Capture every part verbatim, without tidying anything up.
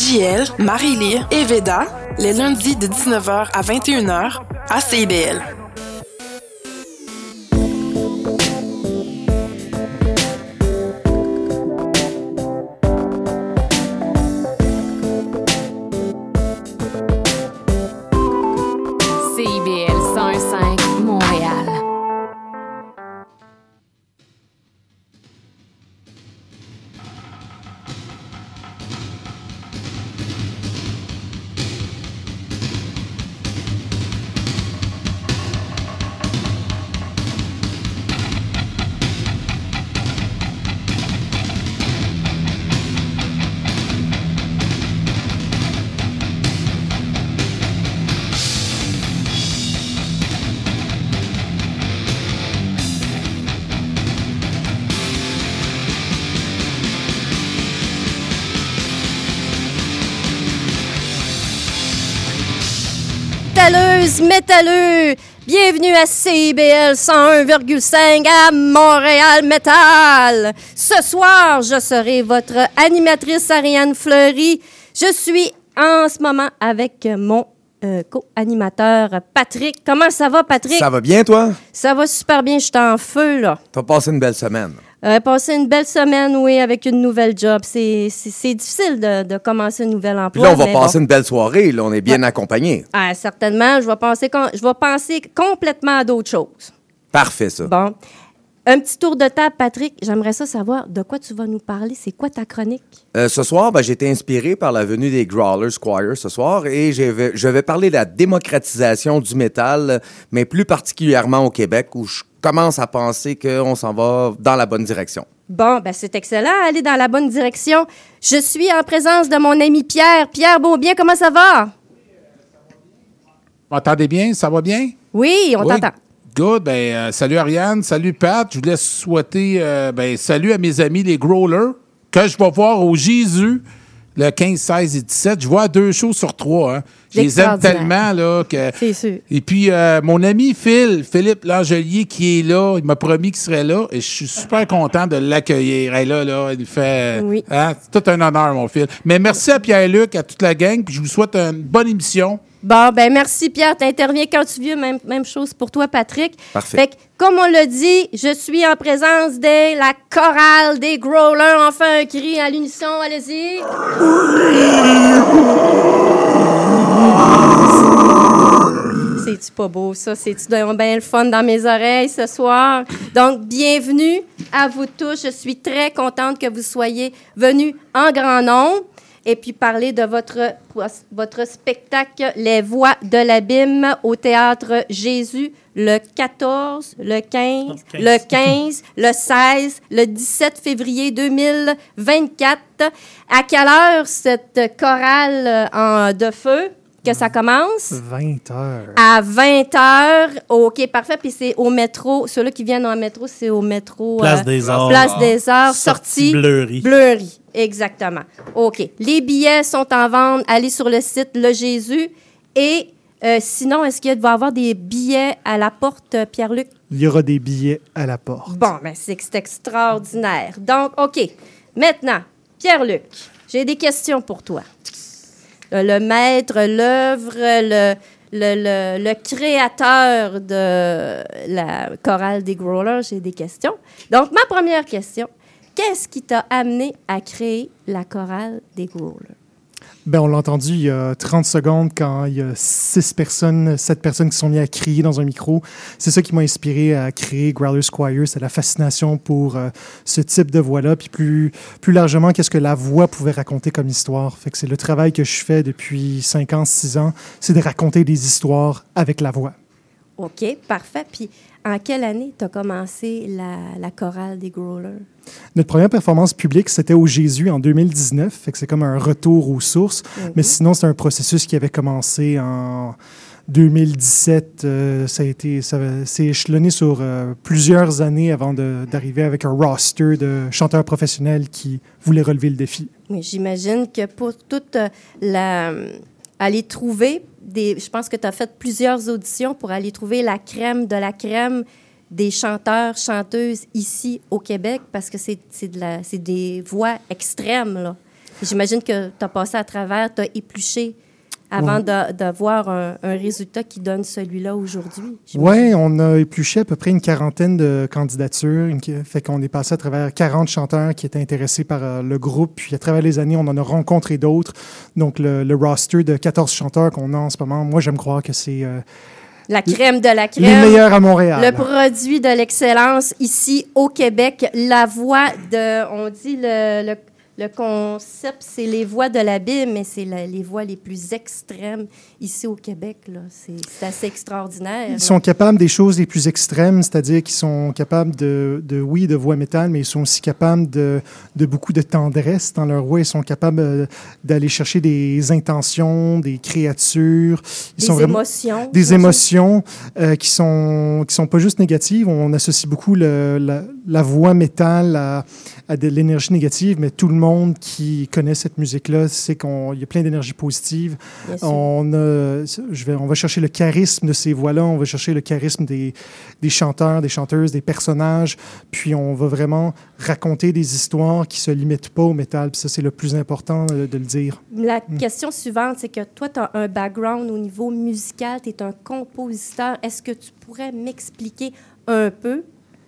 J L, Marie-Lee et Veda, les lundis de dix-neuf heures à vingt et une heures à C I B L. C I B L cent un virgule cinq Montréal. Métalleuse, métalleux, bienvenue à C I B L cent un virgule cinq à Montréal Metal. Ce soir, je serai votre animatrice Ariane Fleury. Je suis en ce moment avec mon euh, co-animateur Patrick. Comment ça va, Patrick? Ça va bien, toi? Ça va super bien, je suis en feu, là. T'as passé une belle semaine. Euh, passer une belle semaine, oui, avec une nouvelle job. C'est, c'est, c'est difficile de, de commencer un nouvel emploi. Puis là, on va passer bon. une belle soirée. Là, on est bien Ouais. accompagnés. Ah, certainement. Je vais penser, je vais penser complètement à d'autres choses. Parfait, ça. Bon. Un petit tour de table, Patrick. J'aimerais ça savoir de quoi tu vas nous parler. C'est quoi ta chronique? Euh, ce soir, ben, j'ai été inspiré par la venue des Growlers Squires ce soir et je vais, je vais parler de la démocratisation du métal, mais plus particulièrement au Québec, où je commence à penser qu'on s'en va dans la bonne direction. Bon, ben c'est excellent. Aller dans la bonne direction. Je suis en présence de mon ami Pierre. Pierre Beaubien, comment ça va? Vous m'entendez bien? Ça va bien? Oui, on Oui. t'entend. Good. Ben, euh, salut Ariane, salut Pat. Je voulais souhaiter euh, ben, salut à mes amis les Growlers que je vais voir au Jésus le quinze, seize et dix-sept. Je vois deux shows sur trois. Hein. Je les aime tellement. Là, que... C'est sûr. Et puis, euh, mon ami Phil, Philippe Langelier, qui est là, il m'a promis qu'il serait là et je suis super content de l'accueillir. Et là, là, il fait... Oui. Hein, c'est tout un honneur, mon Phil. Mais merci à Pierre-Luc, à toute la gang, puis je vous souhaite une bonne émission. Bon, ben merci Pierre, t'interviens quand tu veux, même, même chose pour toi Patrick. Parfait. Fait que, comme on l'a dit, je suis en présence de la chorale des Growlers. On fait un cri à l'unisson, allez-y. C'est-tu pas beau, ça? C'est-tu bien le fun dans mes oreilles ce soir? Donc, bienvenue à vous tous. Je suis très contente que vous soyez venus en grand nombre. Et puis parler de votre, votre spectacle Les Voix de l'Abîme au Théâtre Jésus le quatorze, le quinze, le quinze, le seize, le dix-sept février deux mille vingt-quatre. À quelle heure cette chorale en, de feu que ça commence? vingt heures. À vingt heures. OK, parfait. Puis c'est au métro. Ceux-là qui viennent en métro, c'est au métro. Place euh, des Arts. Place des Arts. Sortie. Bleury. Bleury. Exactement. OK. Les billets sont en vente. Allez sur le site Le Jésus. Et euh, sinon, est-ce qu'il va y avoir des billets à la porte, Pierre-Luc? Il y aura des billets à la porte. Bon, ben c'est, c'est extraordinaire. Donc, OK. Maintenant, Pierre-Luc, j'ai des questions pour toi. Le, le maître, l'œuvre, le, le, le, le créateur de la chorale des Growlers, j'ai des questions. Donc, ma première question, qu'est-ce qui t'a amené à créer la chorale des Growlers? Ben, on l'a entendu il y a trente secondes quand il y a six personnes, sept personnes qui sont mises à crier dans un micro. C'est ça qui m'a inspiré à créer Growler Squire. C'est la fascination pour euh, ce type de voix-là. Puis plus, plus largement, qu'est-ce que la voix pouvait raconter comme histoire. Fait que c'est le travail que je fais depuis cinq ans, six ans. C'est de raconter des histoires avec la voix. OK, parfait. Puis, en quelle année tu as commencé la, la chorale des Growlers? Notre première performance publique, c'était au Jésus en deux mille dix-neuf. Fait que c'est comme un retour aux sources. Mm-hmm. Mais sinon, c'est un processus qui avait commencé en deux mille dix-sept. Euh, ça a été, ça s'est échelonné sur euh, plusieurs années avant de, d'arriver avec un roster de chanteurs professionnels qui voulaient relever le défi. Oui, j'imagine que pour toute la... aller trouver des... Je pense que tu as fait plusieurs auditions pour aller trouver la crème de la crème des chanteurs, chanteuses ici au Québec, parce que c'est, c'est, de la, c'est des voix extrêmes, là. J'imagine que tu as passé à travers, tu as épluché avant Oui. de, de voir un, un résultat qui donne celui-là aujourd'hui. Oui, on a épluché à peu près une quarantaine de candidatures. Une, fait qu'on est passé à travers quarante chanteurs qui étaient intéressés par euh, le groupe. Puis à travers les années, on en a rencontré d'autres. Donc le, le roster de quatorze chanteurs qu'on a en ce moment, moi, j'aime croire que c'est euh, la crème de la crème. les meilleurs à Montréal. Le produit de l'excellence ici au Québec. La voix de, on dit le, le Le concept, c'est les voix de la Bible, mais c'est la, les voix les plus extrêmes ici au Québec. Là. C'est, c'est assez extraordinaire. Ils sont capables des choses les plus extrêmes, c'est-à-dire qu'ils sont capables de, de, oui, de voix métal, mais ils sont aussi capables de, de beaucoup de tendresse dans leur voix. Ils sont capables euh, d'aller chercher des intentions, des créatures. Ils des sont vraiment, émotions. Des émotions euh, qui sont qui sont pas juste négatives. On associe beaucoup le, la, la voix métal à, à de l'énergie négative, mais tout le monde qui connaît cette musique-là sait qu'il y a plein d'énergie positive. On, a, je vais, on va chercher le charisme de ces voix-là, on va chercher le charisme des, des chanteurs, des chanteuses, des personnages, puis on va vraiment raconter des histoires qui ne se limitent pas au métal. Puis ça, c'est le plus important de, de le dire. La mmh. question suivante, c'est que toi, tu as un background au niveau musical, tu es un compositeur. Est-ce que tu pourrais m'expliquer un peu?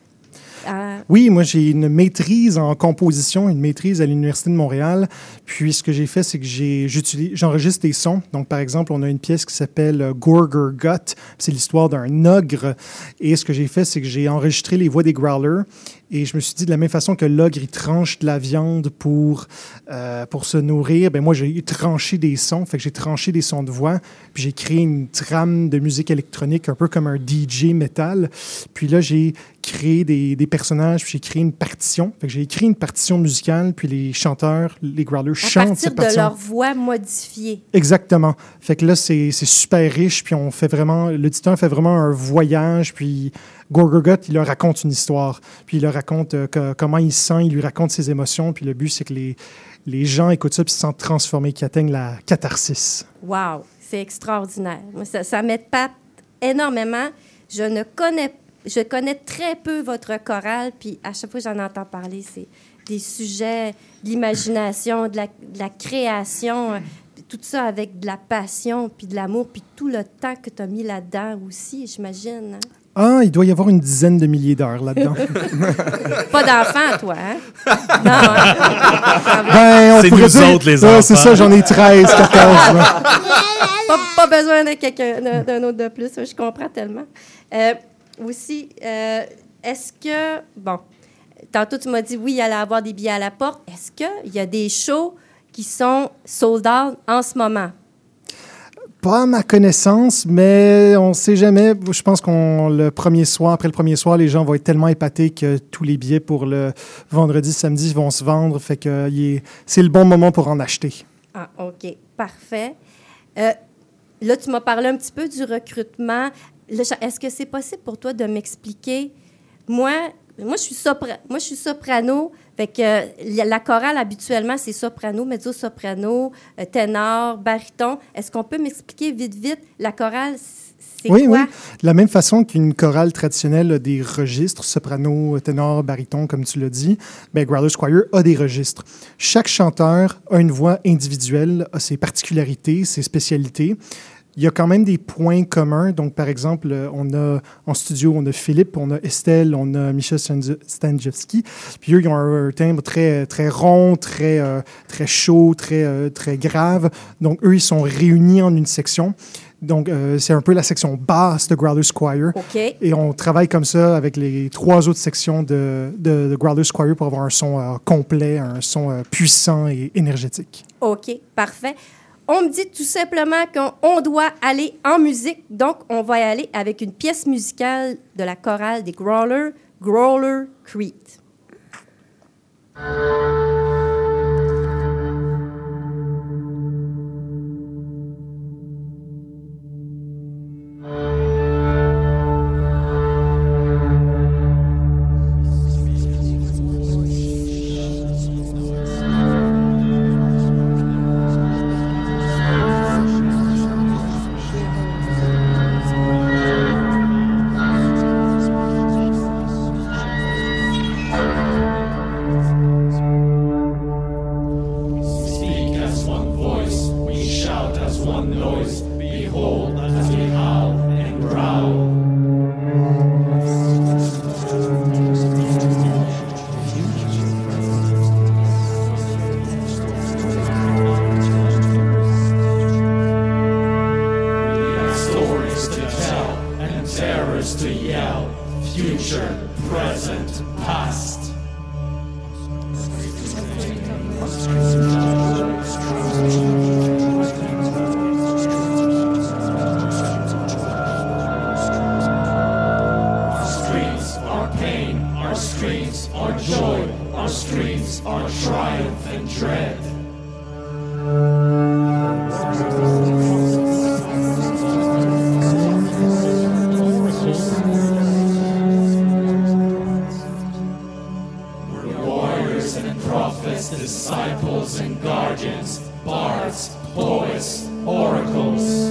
Euh... Oui, moi, j'ai une maîtrise en composition, une maîtrise à l'Université de Montréal. Puis, ce que j'ai fait, c'est que j'ai, j'utilise, j'enregistre des sons. Donc, par exemple, on a une pièce qui s'appelle Gorgorgoth. C'est l'histoire d'un ogre. Et ce que j'ai fait, c'est que j'ai enregistré les voix des growlers. Et je me suis dit, de la même façon que l'ogre, il tranche de la viande pour, euh, pour se nourrir, ben moi, j'ai tranché des sons. Fait que j'ai tranché des sons de voix. Puis j'ai créé une trame de musique électronique, un peu comme un D J métal. Puis là, j'ai créé des, des personnages, puis j'ai créé une partition. Fait que j'ai écrit une partition musicale, puis les chanteurs, les growlers chantent cette partition. À partir de leur voix modifiée. Exactement. Fait que là, c'est, c'est super riche, puis on fait vraiment... L'auditeur fait vraiment un voyage, puis... Gorgorgoth, il leur raconte une histoire, puis il leur raconte euh, que, comment il se sent, il lui raconte ses émotions, puis le but, c'est que les, les gens écoutent ça puis se sentent transformés, qu'ils atteignent la catharsis. Wow, c'est extraordinaire. Moi, ça, ça m'épate énormément. Je ne connais, je connais très peu votre chorale, puis à chaque fois que j'en entends parler, c'est des sujets, de l'imagination, de la, de la création, euh, tout ça avec de la passion, puis de l'amour, puis tout le temps que tu as mis là-dedans aussi, j'imagine. Hein? Ah, il doit y avoir une dizaine de milliers d'heures là-dedans. Pas d'enfants, toi, hein? Non, hein? Ben, on c'est nous dire... autres, les enfants. Ouais, c'est ça, j'en ai treize, quatorze. pas, pas besoin de quelqu'un, d'un, d'un autre de plus, je comprends tellement. Euh, aussi, euh, est-ce que... Bon, tantôt, tu m'as dit, oui, il allait avoir des billets à la porte. Est-ce qu'il y a des shows qui sont sold out en ce moment? Pas à ma connaissance, mais on ne sait jamais. Je pense qu'on le premier soir, après le premier soir, les gens vont être tellement épatés que tous les billets pour le vendredi, samedi vont se vendre. Fait que il est, c'est le bon moment pour en acheter. Ah, OK. Parfait. Euh, là, tu m'as parlé un petit peu du recrutement. Là, est-ce que c'est possible pour toi de m'expliquer? Moi, moi, je suis, sopra- moi, je suis soprano. Fait que euh, la chorale, habituellement, c'est soprano, mezzo-soprano, euh, ténor, baryton. Est-ce qu'on peut m'expliquer vite, vite, la chorale, c'est oui, quoi? Oui, de la même façon qu'une chorale traditionnelle a des registres, soprano, ténor, baryton, comme tu l'as dit, bien, Growlers Choir a des registres. Chaque chanteur a une voix individuelle, a ses particularités, ses spécialités. Il y a quand même des points communs. Donc, par exemple, on a en studio, on a Philippe, on a Estelle, on a Michel Stanjewski. Puis eux, ils ont un, un timbre très, très rond, très, euh, très chaud, très, euh, très grave. Donc, eux, ils sont réunis en une section. Donc, euh, c'est un peu la section basse de Growlers Choir. Okay. Et on travaille comme ça avec les trois autres sections de, de, de Growlers Choir pour avoir un son euh, complet, un son euh, puissant et énergétique. OK, parfait. On me dit tout simplement qu'on doit aller en musique, donc on va y aller avec une pièce musicale de la chorale des Growlers, Growler Creed. one noise. Behold, as we howl and growl. Terrors to yell, future, present, past. Our screams are pain, our screams are joy, our screams are triumph and dread. Disciples and guardians, bards, poets, oracles.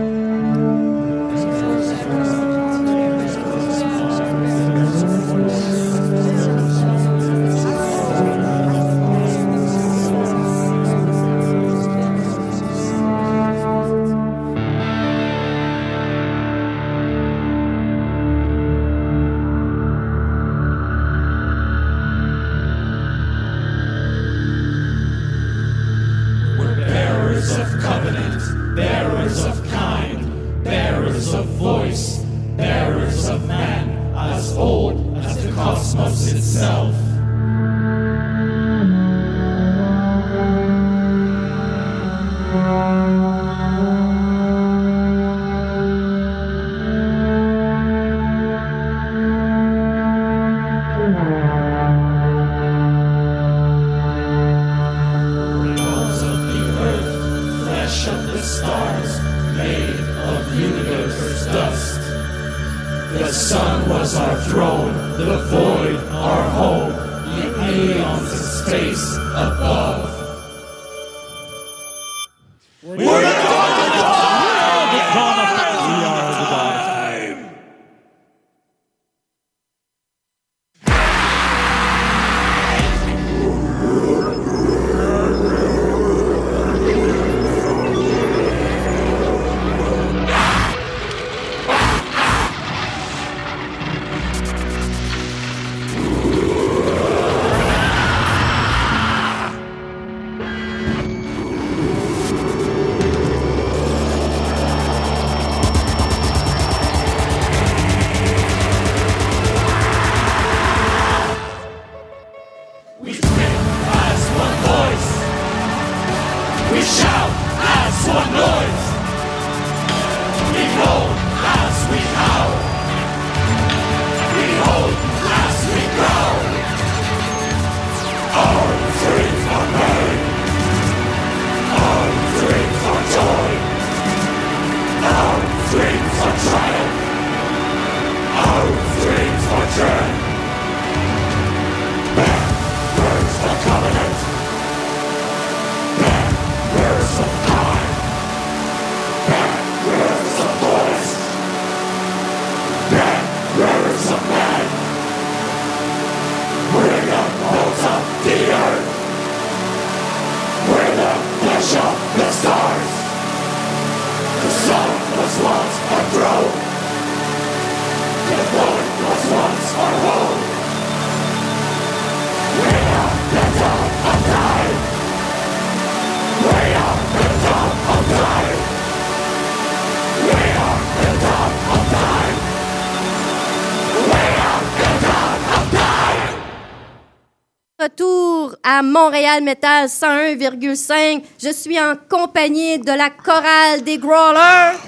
Retour à Montréal Metal cent un virgule cinq. Je suis en compagnie de la chorale des Growlers.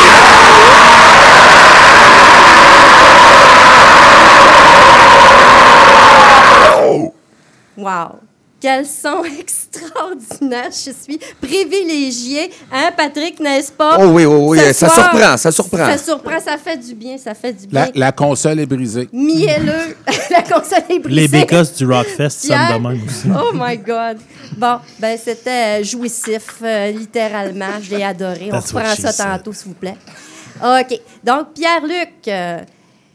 Wow! Quel son extraordinaire! Je suis privilégiée. Hein, Patrick, n'est-ce pas? Oh oui, oui, oui. Ce Ça soir, surprend, ça surprend. Ça surprend, ça fait du bien, ça fait du bien. La, la console est brisée. Mielleux. La console est brisée. Les bécosses du Rockfest sonnent de même aussi. Oh my God! Bon, ben c'était euh, jouissif, euh, littéralement. Je l'ai adoré. On That's what reprend she ça said. tantôt, s'il vous plaît. OK. Donc, Pierre-Luc, euh,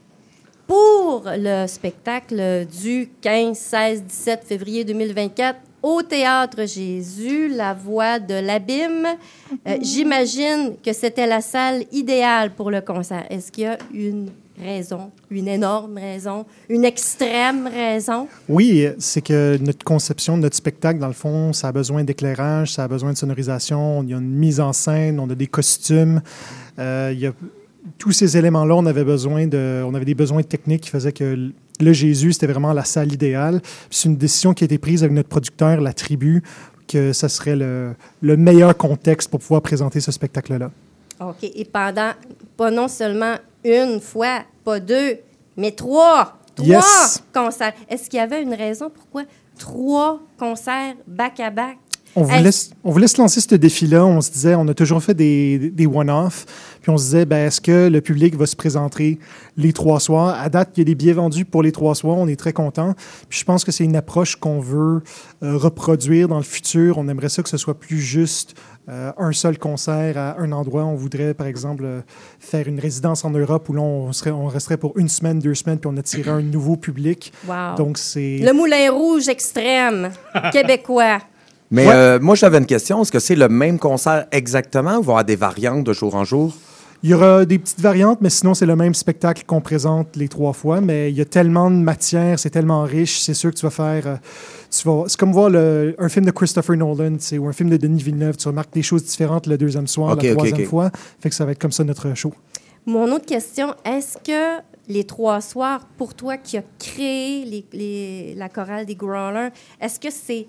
pour le spectacle du quinze, seize, dix-sept février deux mille vingt-quatre, au Théâtre Jésus, la voix de l'abîme. Euh, j'imagine que c'était la salle idéale pour le concert. Est-ce qu'il y a une raison, une énorme raison, une extrême raison? Oui, c'est que notre conception de notre spectacle, dans le fond, ça a besoin d'éclairage, ça a besoin de sonorisation, il y a une mise en scène, on a des costumes. Euh, il y a tous ces éléments-là, on avait besoin de, on avait des besoins techniques qui faisaient que le Jésus, c'était vraiment la salle idéale. Puis c'est une décision qui a été prise avec notre producteur, La Tribu, que ça serait le, le meilleur contexte pour pouvoir présenter ce spectacle-là. OK. Et pendant, pas non seulement une fois, pas deux, mais trois. Trois Yes. concerts. Est-ce qu'il y avait une raison pourquoi trois concerts back-à-back? On voulait, Est-ce- on voulait se lancer ce défi-là. On se disait, on a toujours fait des, des one-off. Puis on se disait, ben, est-ce que le public va se présenter les trois soirs? À date, il y a des billets vendus pour les trois soirs. On est très contents. Puis je pense que c'est une approche qu'on veut euh, reproduire dans le futur. On aimerait ça que ce soit plus juste euh, un seul concert à un endroit. On voudrait, par exemple, euh, faire une résidence en Europe où là, on, serait, on resterait pour une semaine, deux semaines, puis on attirerait un nouveau public. Wow. Donc, c'est... Le Moulin Rouge extrême, québécois. Mais Ouais. euh, moi, j'avais une question. Est-ce que c'est le même concert exactement ou il va y avoir des variantes de jour en jour? Il y aura des petites variantes, mais sinon, c'est le même spectacle qu'on présente les trois fois. Mais il y a tellement de matière, c'est tellement riche, c'est sûr que tu vas faire... euh, tu vas, c'est comme voir le, un film de Christopher Nolan, tu sais, ou un film de Denis Villeneuve. Tu remarques des choses différentes le deuxième soir, Ok, la ok, troisième ok. fois. Fait que ça va être comme ça notre show. Mon autre question, est-ce que les trois soirs, pour toi qui as créé les, les- la chorale des Growlers, est-ce que c'est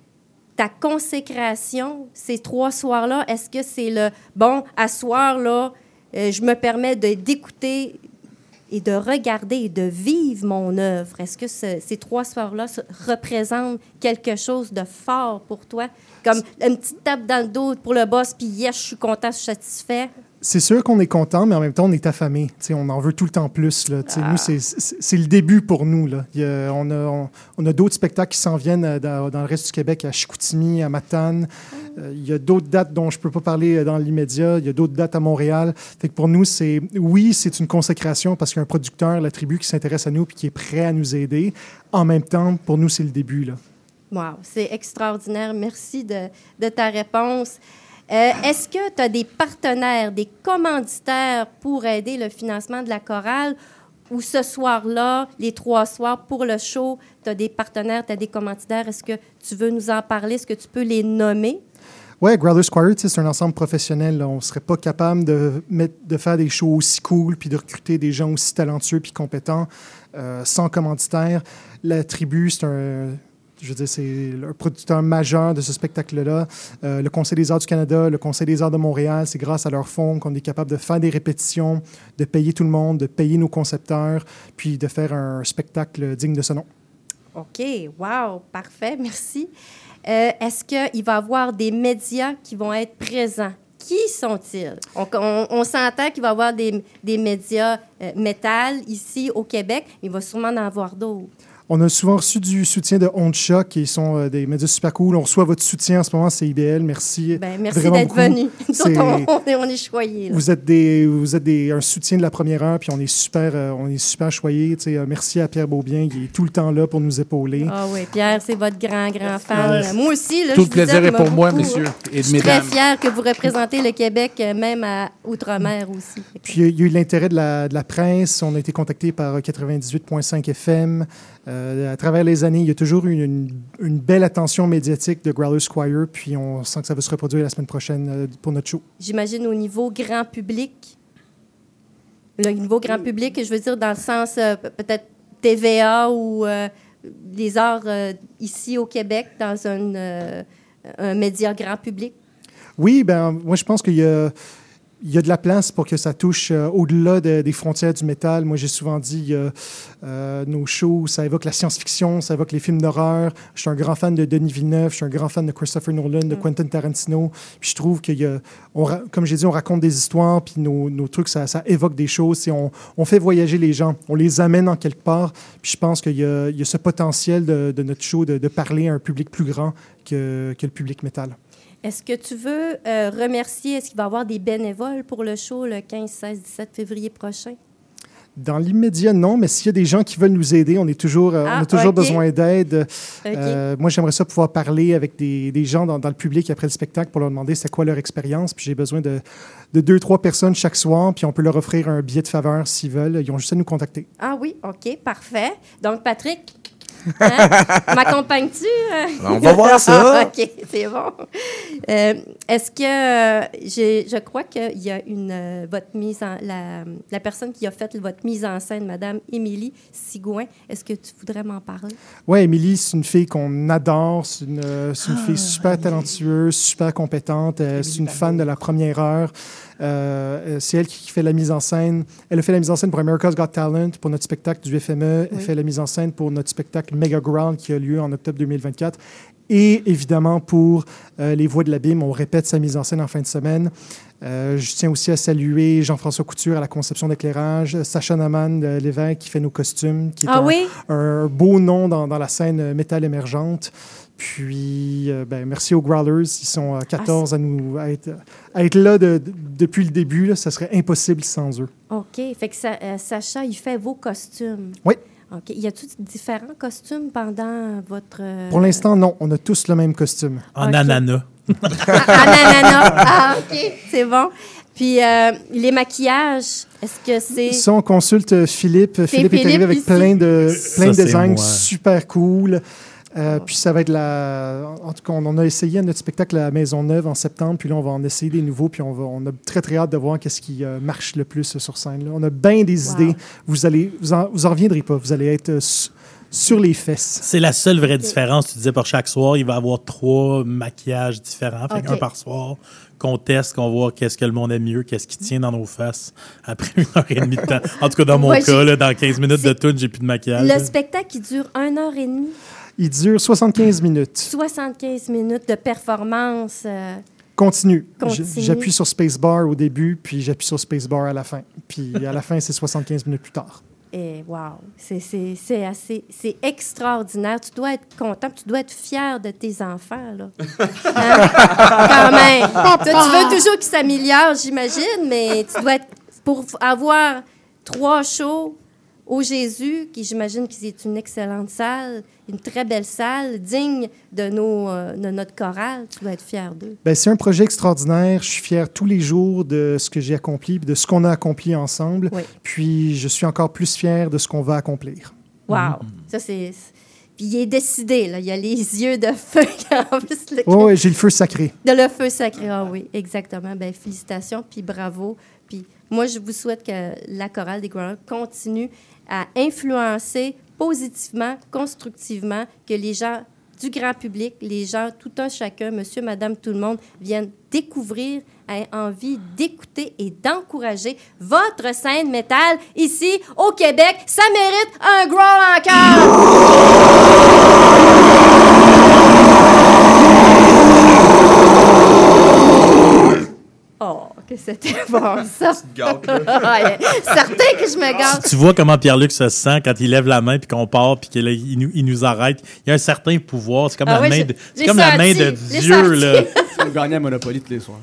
ta consécration, ces trois soirs-là? Est-ce que c'est le, bon, à ce soir-là, euh, je me permets de, d'écouter et de regarder et de vivre mon œuvre? Est-ce que ce- ces trois soirs-là se- représentent quelque chose de fort pour toi? Comme une petite tape dans le dos pour le boss, puis yes, je suis content, je suis satisfait. C'est sûr qu'on est content, mais en même temps, on est affamé. Tu sais, on en veut tout le temps plus. Là. Tu sais, Nous, c'est, c'est, c'est le début pour nous. Là. Il y a- on, a, on, on a d'autres spectacles qui s'en viennent euh, dans, dans le reste du Québec, à Chicoutimi, à Matane. Euh, il y a d'autres dates dont je ne peux pas parler euh, dans l'immédiat. Il y a d'autres dates à Montréal. Fait que pour nous, c'est oui, c'est une consécration parce qu'il y a un producteur, La Tribu, qui s'intéresse à nous et qui est prêt à nous aider. En même temps, pour nous, c'est le début. Là. Wow, c'est extraordinaire. Merci de, de ta réponse. Euh, est-ce que tu as des partenaires, des commanditaires pour aider le financement de la chorale? Ou ce soir-là, les trois soirs pour le show, tu as des partenaires, tu as des commanditaires? Est-ce que tu veux nous en parler? Est-ce que tu peux les nommer? Oui, Growlers Choir, tu sais, c'est un ensemble professionnel. Là. On ne serait pas capable de, mettre, de faire des shows aussi cool puis de recruter des gens aussi talentueux puis compétents euh, sans commanditaire. La Tribu, c'est un... Je veux dire, c'est un producteur majeur de ce spectacle-là. Euh, le Conseil des arts du Canada, le Conseil des arts de Montréal, c'est grâce à leurs fonds qu'on est capable de faire des répétitions, de payer tout le monde, de payer nos concepteurs, puis de faire un spectacle digne de ce nom. OK, wow, parfait, merci. Euh, est-ce qu'il va y avoir des médias qui vont être présents? Qui sont-ils? On, on- on s'entend qu'il va y avoir des, des médias euh, métal ici au Québec, mais il va sûrement en avoir d'autres. On a souvent reçu du soutien de Honte Choc, qui sont euh, des médias super cool. On reçoit votre soutien en ce moment, C I B L. Merci. Ben, merci vraiment d'être beaucoup. venu. Nous C'est- autres, on, on est, on est choyés. là. Vous êtes, des, vous êtes des, un soutien de la première heure, puis on est super, euh, on est super choyés. Tu sais, euh, merci à Pierre Beaubien, qui est tout le temps là pour nous épauler. Ah oui, Pierre, c'est votre grand, grand fan. Yes. Moi aussi, là, Tout je le vous plaisir aime est pour moi, beaucoup. messieurs et Je suis très mesdames. fière que vous représentez le Québec, euh, même à Outre-mer aussi. Puis il y a eu l'intérêt de la, de la presse. On a été contacté par quatre-vingt-dix-huit virgule cinq F M. Euh, à travers les années, il y a toujours eu une, une belle attention médiatique de Growlers Choir, puis on sent que ça va se reproduire la semaine prochaine euh, pour notre show. J'imagine au niveau grand public. Le niveau grand public, je veux dire dans le sens euh, pe- peut-être T V A ou euh, les arts euh, ici au Québec, dans un, euh, un média grand public. Oui, ben moi je pense qu'il y a, il y a de la place pour que ça touche euh, au-delà de- des frontières du métal. Moi j'ai souvent dit, il y a, euh, nos shows, ça évoque la science-fiction, ça évoque les films d'horreur. Je suis un grand fan de Denis Villeneuve, je suis un grand fan de Christopher Nolan, de Mm. Quentin Tarantino. Puis je trouve qu'il y a, on ra- comme j'ai dit, on raconte des histoires, puis nos, nos trucs, ça, ça évoque des choses. Et on, on fait voyager les gens, on les amène en quelque part. Puis je pense qu'il y a, il y a ce potentiel de, de notre show de, de parler à un public plus grand que, que le public métal. Est-ce que tu veux euh, remercier, est-ce qu'il va y avoir des bénévoles pour le show le quinze, seize, dix-sept février prochain? Dans l'immédiat, non, mais s'il y a des gens qui veulent nous aider, on, est toujours, euh, Ah, on a toujours ok. besoin d'aide. OK. Euh, moi, j'aimerais ça pouvoir parler avec des, des gens dans, dans le public après le spectacle pour leur demander c'est quoi leur expérience. Puis j'ai besoin de, de deux, trois personnes chaque soir, puis on peut leur offrir un billet de faveur s'ils veulent. Ils ont juste à nous contacter. Ah oui, OK, parfait. Donc, Patrick, hein, m'accompagnes-tu? On va voir ça. OK, c'est bon. Euh, est-ce que, euh, j'ai, je crois qu'il y a une, euh, votre mise en, la, la personne qui a fait votre mise en scène, Mme Émilie Sigouin, est-ce que tu voudrais m'en parler? Oui, Émilie, c'est une fille qu'on adore. C'est une, euh, c'est une fille super talentueuse, super compétente. Euh, c'est une fan de la première heure. Euh, c'est elle qui fait la mise en scène. Elle a fait la mise en scène pour America's Got Talent, pour notre spectacle du F M E. Elle Oui. fait la mise en scène pour notre spectacle Mega Ground qui a lieu en octobre deux mille vingt-quatre. Et évidemment, pour euh, Les Voix de l'Abîme, on répète sa mise en scène en fin de semaine. Euh, je tiens aussi à saluer Jean-François Couture à la conception d'éclairage, Sacha Naman de Lévesque qui fait nos costumes, qui est Ah un, oui? un beau nom dans, dans la scène euh, métal émergente. Puis, euh, ben, merci aux Growlers. Ils sont euh, quatorze à, nous, à, être, à être là de, de- depuis le début. Là. Ça serait impossible sans eux. OK. Fait que ça- euh, Sacha, il fait vos costumes. Oui. OK. Y a-t-il différents costumes pendant votre... euh, Pour l'instant, non. On a tous le même costume. En Ok. ananas. Ah, ananas. Ah, OK. C'est bon. Puis, euh, les maquillages, est-ce que c'est... Ça, on consulte euh, Philippe. Philippe est Philippe arrivé avec ici. plein de, Ça, plein de c'est designs moi. super cool. Euh, Puis ça va être la... En tout cas, on en a essayé à notre spectacle à la Maisonneuve en septembre. Puis là, on va en essayer des nouveaux. Puis on, va, on a très, très hâte de voir qu'est-ce qui euh, marche le plus euh, sur scène. Là. On a bien des Wow. idées. Vous allez, vous en, vous en reviendrez pas. Vous allez être euh, su- sur les fesses. C'est la seule vraie différence. Tu disais, pour chaque soir, il va y avoir trois maquillages différents. Fait OK. qu'un par soir, qu'on teste, qu'on voit qu'est-ce que le monde aime mieux, qu'est-ce qui tient dans nos faces après une heure et demie de temps. En tout cas, dans mon Ouais, cas, j'ai- là, dans quinze minutes de C'est- tout, j'ai plus de maquillage. Le là. spectacle, il dure une heure et demie, Il dure soixante-quinze minutes. soixante-quinze minutes de performance. euh, Continue. Continue. J- J'appuie sur Spacebar au début, puis j'appuie sur Spacebar à la fin. Puis à la fin, c'est soixante-quinze minutes plus tard. Et wow, c'est, c'est, c'est assez, c'est extraordinaire. Tu dois être content, tu dois être fier de tes enfants, là. Hein? Quand même. Toi, tu veux toujours qu'ils s'améliorent, j'imagine, mais tu dois être, pour avoir trois shows au Jésus, qui j'imagine que c'est une excellente salle, une très belle salle, digne de, nos, euh, de notre chorale, tu dois être fier d'eux. Ben, c'est un projet extraordinaire. Je suis fier tous les jours de ce que j'ai accompli, de ce qu'on a accompli ensemble. Oui. Puis je suis encore plus fier de ce qu'on va accomplir. Wow! Ça, c'est... Puis il est décidé, là. Il a les yeux de feu. En plus, le- Oh, ouais, j'ai le feu sacré. De le feu sacré, ah oui, exactement. Ben félicitations, puis bravo. Puis moi, je vous souhaite que la chorale des Growlers continue à influencer positivement, constructivement, que les gens du grand public, les gens, tout un chacun, monsieur, madame, tout le monde, viennent découvrir, aient envie d'écouter et d'encourager votre scène métal ici au Québec. Ça mérite un growl en cœur! Oh, que c'était bon, ça! Ouais, certain que je me gâte. Tu vois comment Pierre-Luc se sent quand il lève la main puis qu'on part puis qu'il il nous, il nous arrête. Il y a un certain pouvoir. C'est comme Ah la oui, main j'ai- de, c'est j'ai comme la main senti, de j'ai Dieu. senti. Là. On gagnait à Monopoly tous les soirs.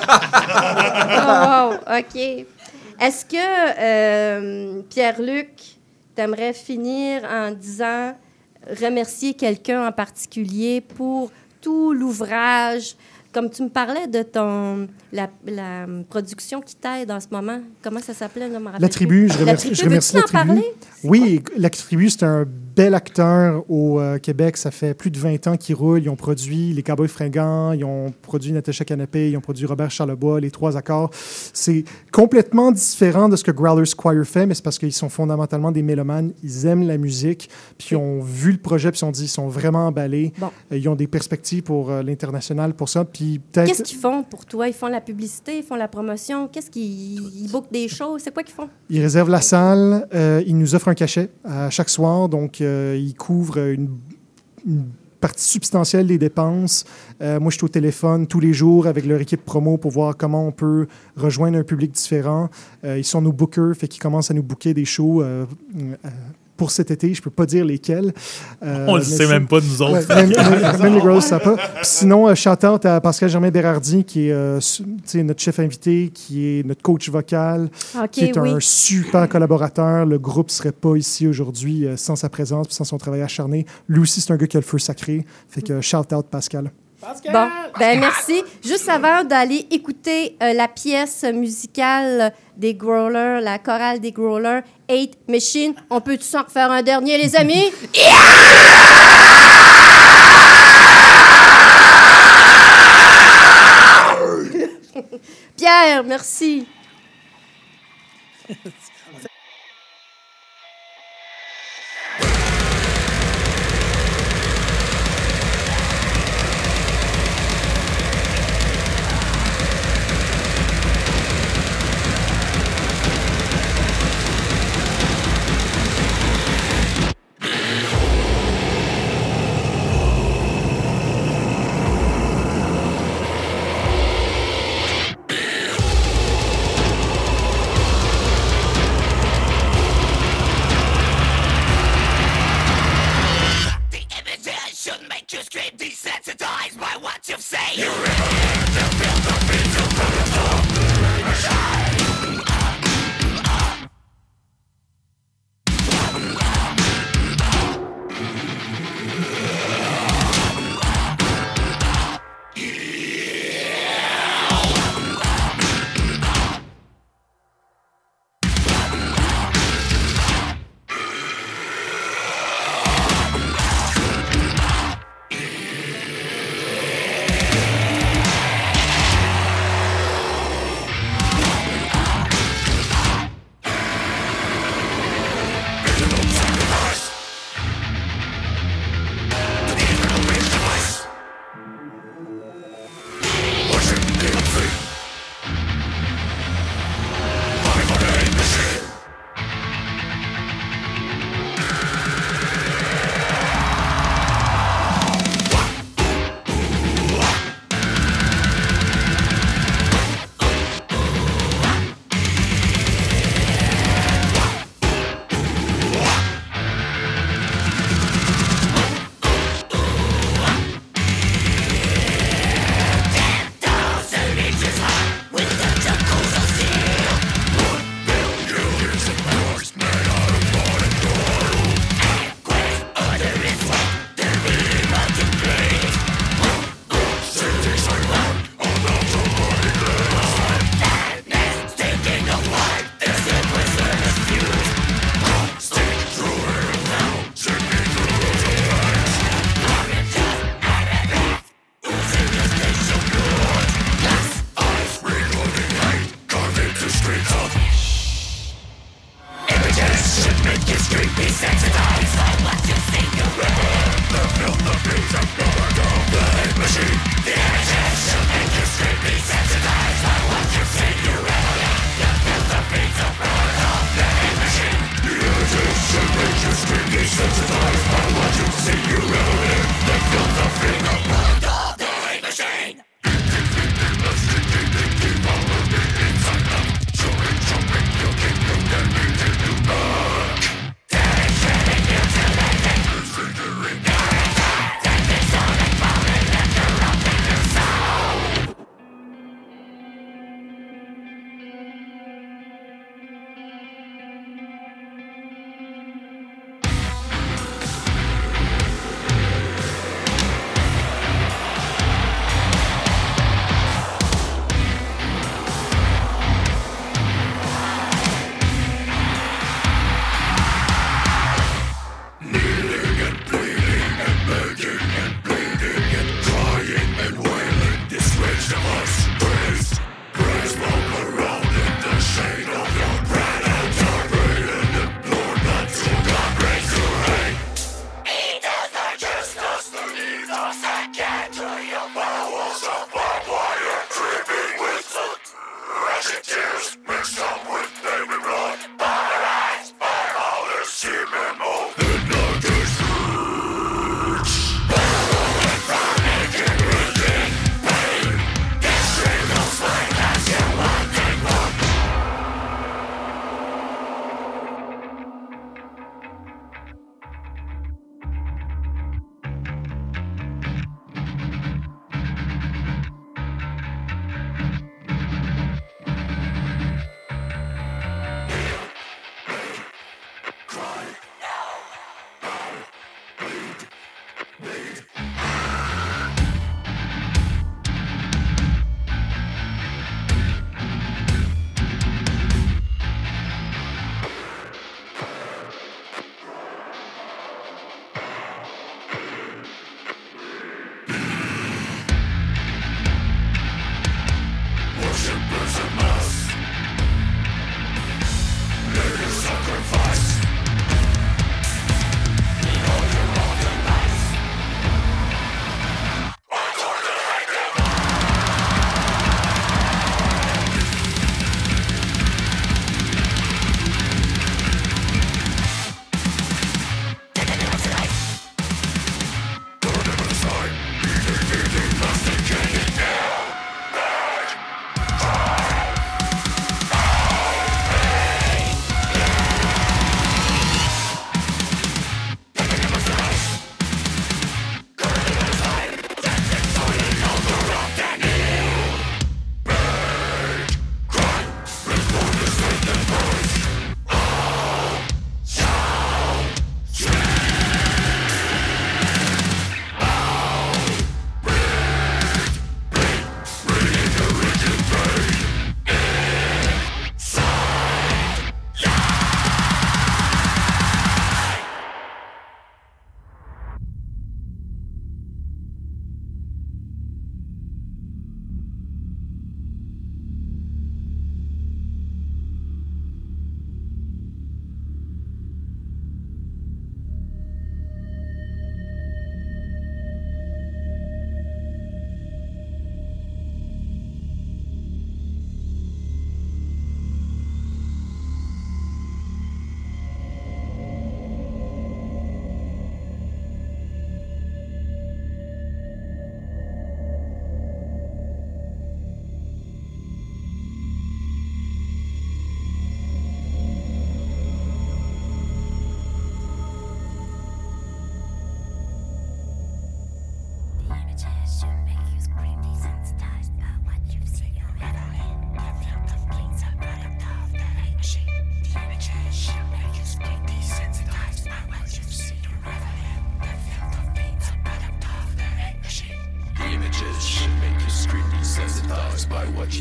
Oh, wow, OK. Est-ce que, euh, Pierre-Luc, tu aimerais finir en disant, remercier quelqu'un en particulier pour tout l'ouvrage? Comme tu me parlais de ton la, la production qui t'aide en ce moment, comment ça s'appelait? Là, me La rappelle tribu, plus. je La remercie, tribu, je remercie veux-tu la en tribu. parler? Oui, la tribu, c'est un bel acteur au euh, Québec. Ça fait plus de vingt ans qu'ils roulent. Ils ont produit Les Cowboys Fringants, ils ont produit Natacha Canapé, ils ont produit Robert Charlebois, Les Trois Accords. C'est complètement différent de ce que Growlers Choir fait, mais c'est parce qu'ils sont fondamentalement des mélomanes. Ils aiment la musique, puis ils ont vu le projet, puis ils se sont dit, ils sont vraiment emballés. Bon. Euh, Ils ont des perspectives pour euh, l'international, pour ça. Puis peut-être... Qu'est-ce qu'ils font pour toi? Ils font la publicité, ils font la promotion. Qu'est-ce qu'ils ils bookent des shows? C'est quoi qu'ils font? Ils réservent la salle, euh, ils nous offrent un cachet à chaque soir, donc euh, ils couvrent une, une partie substantielle des dépenses. Euh, moi, je suis au téléphone tous les jours avec leur équipe promo pour voir comment on peut rejoindre un public différent. Euh, ils sont nos bookers, fait qu'ils commencent à nous booker des shows euh, euh, pour cet été. Je peux pas dire lesquels. Euh, On le sait même pas, nous autres. Ouais, même, même, même les Growlers ne savent pas. Puis sinon, euh, shout-out à Pascal Germain-Bérardi, qui est euh, su- tu sais, notre chef invité, qui est notre coach vocal, OK, qui est oui. un super collaborateur. Le groupe ne serait pas ici aujourd'hui euh, sans sa présence puis sans son travail acharné. Lui aussi, c'est un gars qui a le feu sacré. Fait que shout-out Pascal. Bon, ben merci. Juste avant d'aller écouter euh, la pièce musicale des Growlers, la chorale des Growlers, Hate Machine, on peut-tu s'en refaire un dernier, les amis? Pierre, merci.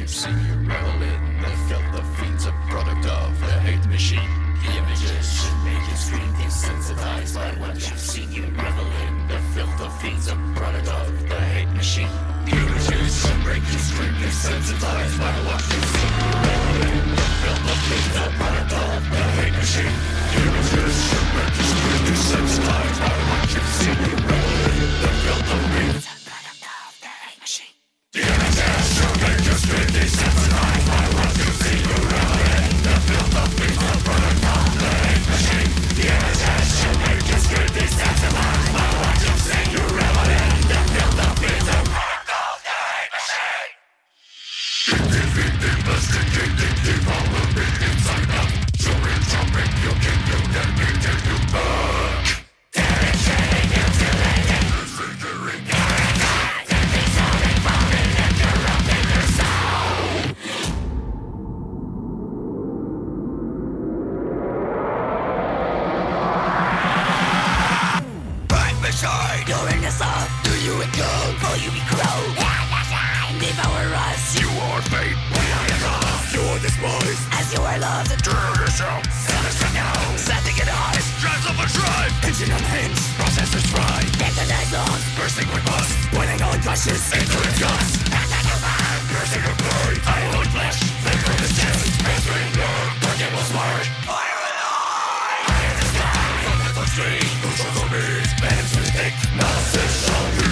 you've seen you revel in the filth the fiends a product of the hate machine. The images should make you scream desensitized by what you've seen you revel in the filth the fiends a product of the hate machine. The images should make you scream desensitized by what you've seen you revel in the filth the fiends a product of the hate machine. The images should make you scream desensitized by what you've seen you revel in the filth the fiends a product of the hate machine. The images should make you scream desensitized by what you've seen you revel in the filth the fiends a product of the hate machine. The images should make you scream desensitized by what you've seen you revel in the filth the fiends a product of the hate machine. Investigating development inside out. Showing jumping your kingdom that beating you back. Territory mutilating. Disfiguring. Parasite dissolving, falling and corrupting your soul. Right beside your innocent. Do you encode? Will you be crow? Devour us. You are fate. We are your cause. You are despised. As you are loved. Turn yourself. Sinister now. Setting in eyes. Drives up a drive. Engine unhinged. Processors fry. Mechanized lungs. Bursting with bust. Boiling on gushes. Into its guts. And then you burn. Piercing your blade. I hold flesh. Flame from his chest. Transferring blood. Burning will smart. Fire alive. I am the sky. From the street. Who shall go meet? Venom's too thick. Malice shall be.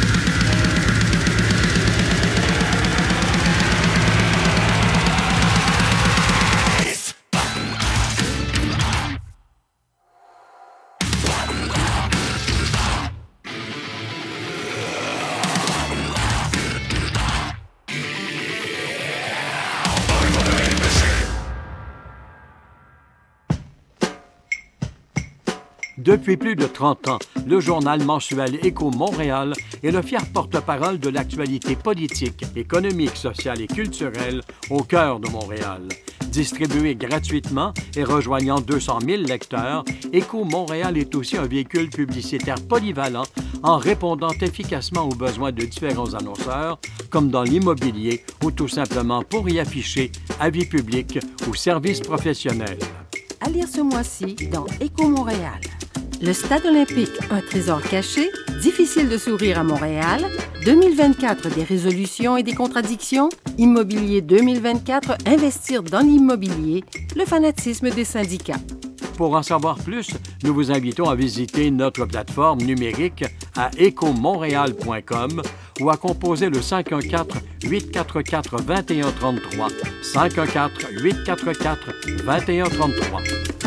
Depuis plus de trente ans, le journal mensuel Écho Montréal est le fier porte-parole de l'actualité politique, économique, sociale et culturelle au cœur de Montréal. Distribué gratuitement et rejoignant deux cent mille lecteurs, Écho Montréal est aussi un véhicule publicitaire polyvalent en répondant efficacement aux besoins de différents annonceurs, comme dans l'immobilier ou tout simplement pour y afficher avis publics ou services professionnels. À lire ce mois-ci dans Écho Montréal. Le Stade olympique, un trésor caché, difficile de sourire à Montréal, deux mille vingt-quatre, des résolutions et des contradictions, Immobilier deux mille vingt-quatre, investir dans l'immobilier, le fanatisme des syndicats. Pour en savoir plus, nous vous invitons à visiter notre plateforme numérique à éco montréal point com ou à composer le cinq un quatre, huit quatre quatre, deux un trois trois, cinq un quatre, huit quatre quatre, deux un trois trois.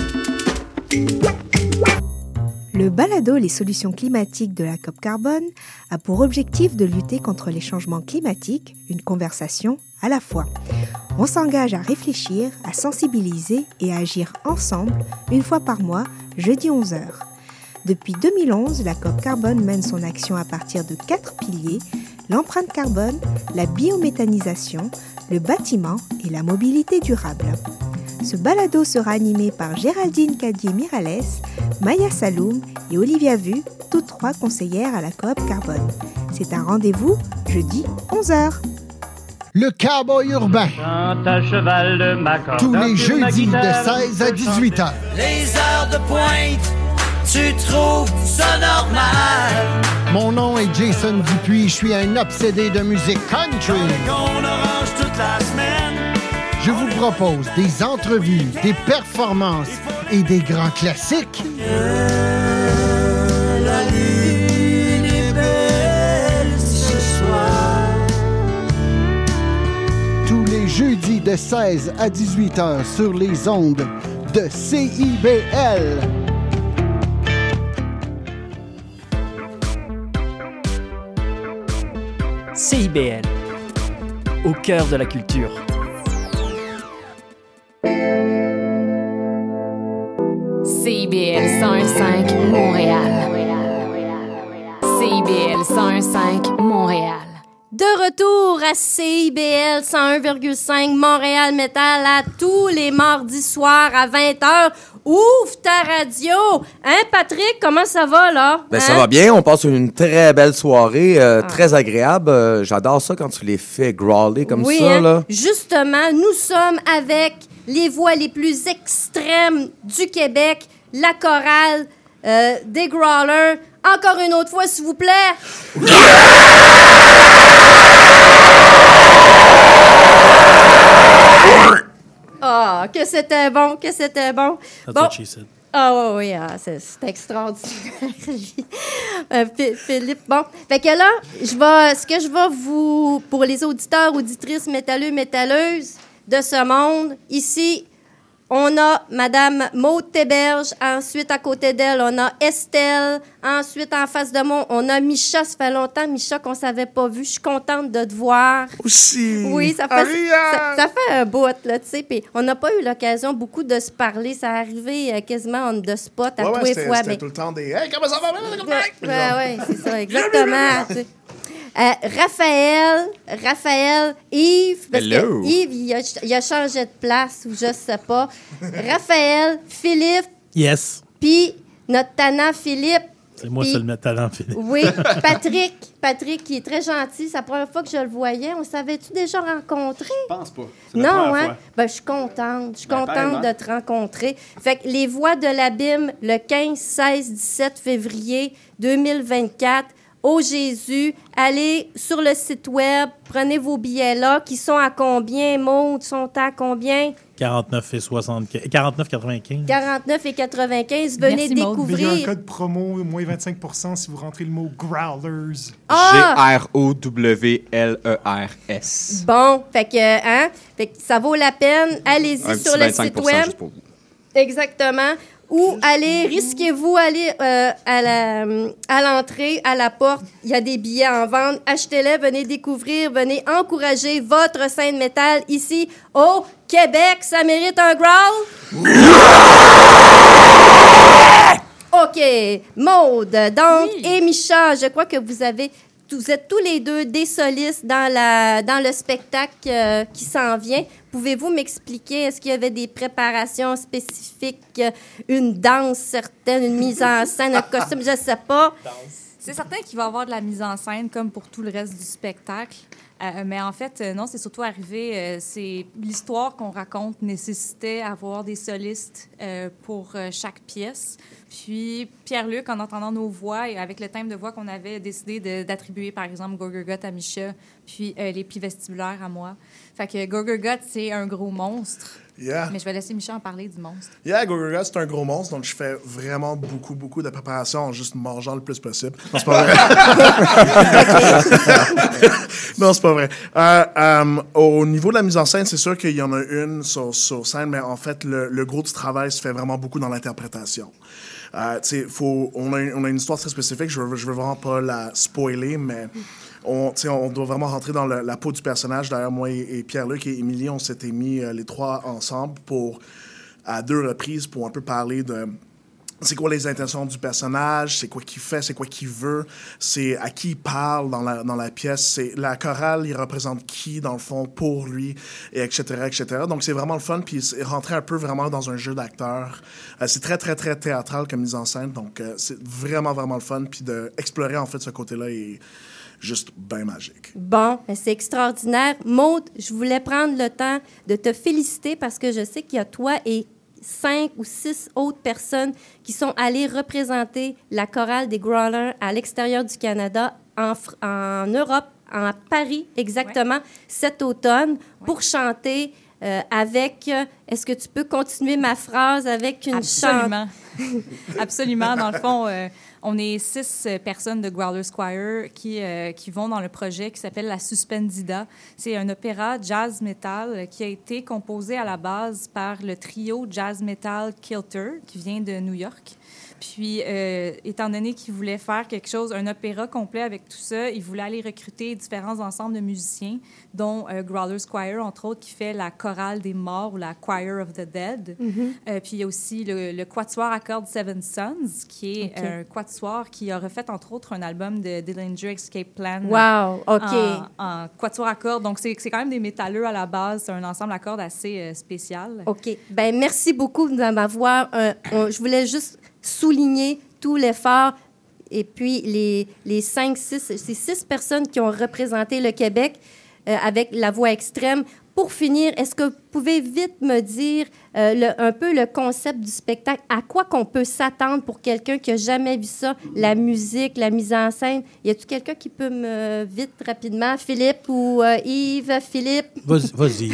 Le balado Les solutions climatiques de la C O P Carbone a pour objectif de lutter contre les changements climatiques, une conversation à la fois. On s'engage à réfléchir, à sensibiliser et à agir ensemble une fois par mois, jeudi onze heures. Depuis deux mille onze, la C O P Carbone mène son action à partir de quatre piliers, l'empreinte carbone, la biométhanisation, le bâtiment et la mobilité durable. Ce balado sera animé par Géraldine Cadier-Mirales, Maya Saloum et Olivia Vu, toutes trois conseillères à la C O P Carbone. C'est un rendez-vous jeudi onze heures. Le Cowboy urbain. À cheval de ma corde, tous les jeudis de seize à dix-huit heures. Les heures de pointe, tu trouves ça normal? Mon nom est Jason Dupuis, je suis un obsédé de musique country. On orange toute la semaine. Je vous propose des entrevues, des performances et des grands classiques. Euh, la lune est belle ce soir. Tous les jeudis de seize à dix-huit heures sur les ondes de C I B L. C I B L, au cœur de la culture. C I B L cent un virgule cinq Montréal. C I B L cent un virgule cinq Montréal. De retour à C I B L cent un virgule cinq Montréal Metal à tous les mardis soirs à vingt heures. Ouvre ta radio! Hein, Patrick, comment ça va, là? Ben, hein? ça va bien. On passe une très belle soirée, euh, Ah. très agréable. Euh, j'adore ça quand tu les fais growler comme oui, ça, hein? là. Justement, nous sommes avec les voix les plus extrêmes du Québec, la chorale euh, des Growlers. Encore une autre fois, s'il vous plaît. Ah, que c'était bon, que c'était bon. That's Bon. what she said. Ah oui, oui, ah, c'est, c'est extraordinaire. Euh, Phi- Philippe, bon. Fait que là, je vais, ce que je vais vous, pour les auditeurs, auditrices, métalleux, métalleuses de ce monde, ici, on a Madame Maude Théberge. Ensuite, à côté d'elle, on a Estelle. Ensuite, en face de moi, on a Micha. Ça fait longtemps, Micha, qu'on ne s'avait pas vu. Je suis contente de te voir. Aussi. Oui, ça fait, ça, ça fait un bout, là, tu sais. Puis on n'a pas eu l'occasion beaucoup de se parler. Ça arrivé euh, quasiment on the spot à Ouais, tous ouais, les c'était, fois. c'était mais- tout le temps des « Hey, comment ça va? » Ouais, ouais, c'est ça, exactement. tu sais. Euh, Raphaël, Raphaël, Yves, parce Hello. que Yves, il a, il a changé de place ou je sais pas. Raphaël, Philippe, Yes. puis notre Tana Philippe. C'est moi, puis- c'est le talent, Philippe. Oui, Patrick, Patrick qui est très gentil. C'est la première fois que je le voyais. On s'avait-tu déjà rencontré? Je pense pas. C'est la Non, première hein? fois. Ben, je suis contente. Je suis Ben, contente pareillement. de te rencontrer. Fait que les Voix de l'Abîme, le quinze, seize, dix-sept février deux mille vingt-quatre, au Jésus. Allez sur le site web, prenez vos billets là, qui sont à combien, Maud? Sont à combien? quarante-neuf et soixante-quinze. quarante-neuf quatre-vingt-quinze. quarante-neuf et quatre-vingt-quinze. Venez Merci, Maud. Mais il y a un découvrir. code promo, moins vingt-cinq pour cent si vous rentrez le mot Growlers. Ah! G R O W L E R S. Bon, fait que, hein? Fait que ça vaut la peine. Allez-y Un sur petit le vingt-cinq site pour cent web. juste pour vous. Exactement. Ou allez, risquez-vous, allez euh, à, la, à l'entrée, à la porte. Il y a des billets en vente. Achetez-les, venez découvrir, venez encourager votre scène métal ici au Québec. Ça mérite un growl? OK. Maude, donc, et Micha, je crois que vous avez... Vous êtes tous les deux des solistes dans, la, dans le spectacle euh, qui s'en vient. Pouvez-vous m'expliquer, est-ce qu'il y avait des préparations spécifiques, euh, une danse certaine, une mise en scène, un costume, je ne sais pas. C'est certain qu'il va y avoir de la mise en scène, comme pour tout le reste du spectacle. Euh, mais en fait, euh, non, c'est surtout arrivé, euh, c'est l'histoire qu'on raconte nécessitait avoir des solistes euh, pour euh, chaque pièce. Puis Pierre-Luc, en entendant nos voix et avec le thème de voix qu'on avait décidé de- d'attribuer, par exemple, Gorgorgoth à Micha, puis euh, les plis vestibulaires à moi. Fait que Gorgorgoth, c'est un gros monstre. Yeah. Mais je vais laisser Micha en parler du monstre. Yeah, Gorgorgoth, c'est un gros monstre, donc je fais vraiment beaucoup, beaucoup de préparation en juste mangeant le plus possible. Non, c'est pas vrai. Non, c'est pas vrai. Euh, euh, au niveau de la mise en scène, c'est sûr qu'il y en a une sur, sur scène, mais en fait, le, le gros du travail se fait vraiment beaucoup dans l'interprétation. Euh, tu sais, faut, on, a, on a une histoire très spécifique, je veux, je veux vraiment pas la spoiler, mais on, tu sais, on doit vraiment rentrer dans le- la peau du personnage. D'ailleurs, moi et, et Pierre-Luc et Émilie, on s'était mis euh, les trois ensemble pour, à deux reprises pour un peu parler de c'est quoi les intentions du personnage, c'est quoi qu'il fait, c'est quoi qu'il veut, c'est à qui il parle dans la, dans la pièce, c'est la chorale, il représente qui, dans le fond, pour lui, et etc., et cetera. Donc, c'est vraiment le fun, puis c'est rentrer un peu vraiment dans un jeu d'acteur. Euh, c'est très, très, très théâtral comme mise en scène, donc euh, c'est vraiment, vraiment le fun, puis d'explorer, en fait, ce côté-là est juste bien magique. Bon, ben c'est extraordinaire. Maud, je voulais prendre le temps de te féliciter parce que je sais qu'il y a toi et cinq ou six autres personnes qui sont allées représenter la chorale des Growlers à l'extérieur du Canada, en, Fr- en Europe, en Paris exactement, cet automne, pour chanter euh, avec... euh, Est-ce que tu peux continuer ma phrase avec une chante? Absolument. Absolument. Dans le fond, euh, on est six euh, personnes de Growler Squire qui, euh, qui vont dans le projet qui s'appelle La Suspendida. C'est un opéra jazz metal euh, qui a été composé à la base par le trio jazz metal Kilter qui vient de New York. Puis, euh, étant donné qu'il voulait faire quelque chose, un opéra complet avec tout ça, il voulait aller recruter différents ensembles de musiciens, dont euh, Growlers Choir, entre autres, qui fait la chorale des morts ou la Choir of the Dead. Mm-hmm. Euh, puis, il y a aussi le, le quatuor à cordes Seven Sons, qui est OK. un quatuor qui a refait, entre autres, un album de Dillinger Escape Plan. Wow, OK. En, en quatuor à cordes. Donc, c'est c'est quand même des métalleux à la base. C'est un ensemble à cordes assez euh, spécial. OK. Ben merci beaucoup de m'avoir... euh, on- je voulais juste souligner tout l'effort et puis les, les cinq, six, ces six personnes qui ont représenté le Québec euh, avec la voix extrême. Pour finir, est-ce que vous pouvez vite me dire euh, le- un peu le concept du spectacle? À quoi qu'on peut s'attendre pour quelqu'un qui n'a jamais vu ça? La musique, la mise en scène. Y a-t-il quelqu'un qui peut me... Vite, rapidement, Philippe ou euh, Yves? Philippe? Vas-y. vas-y.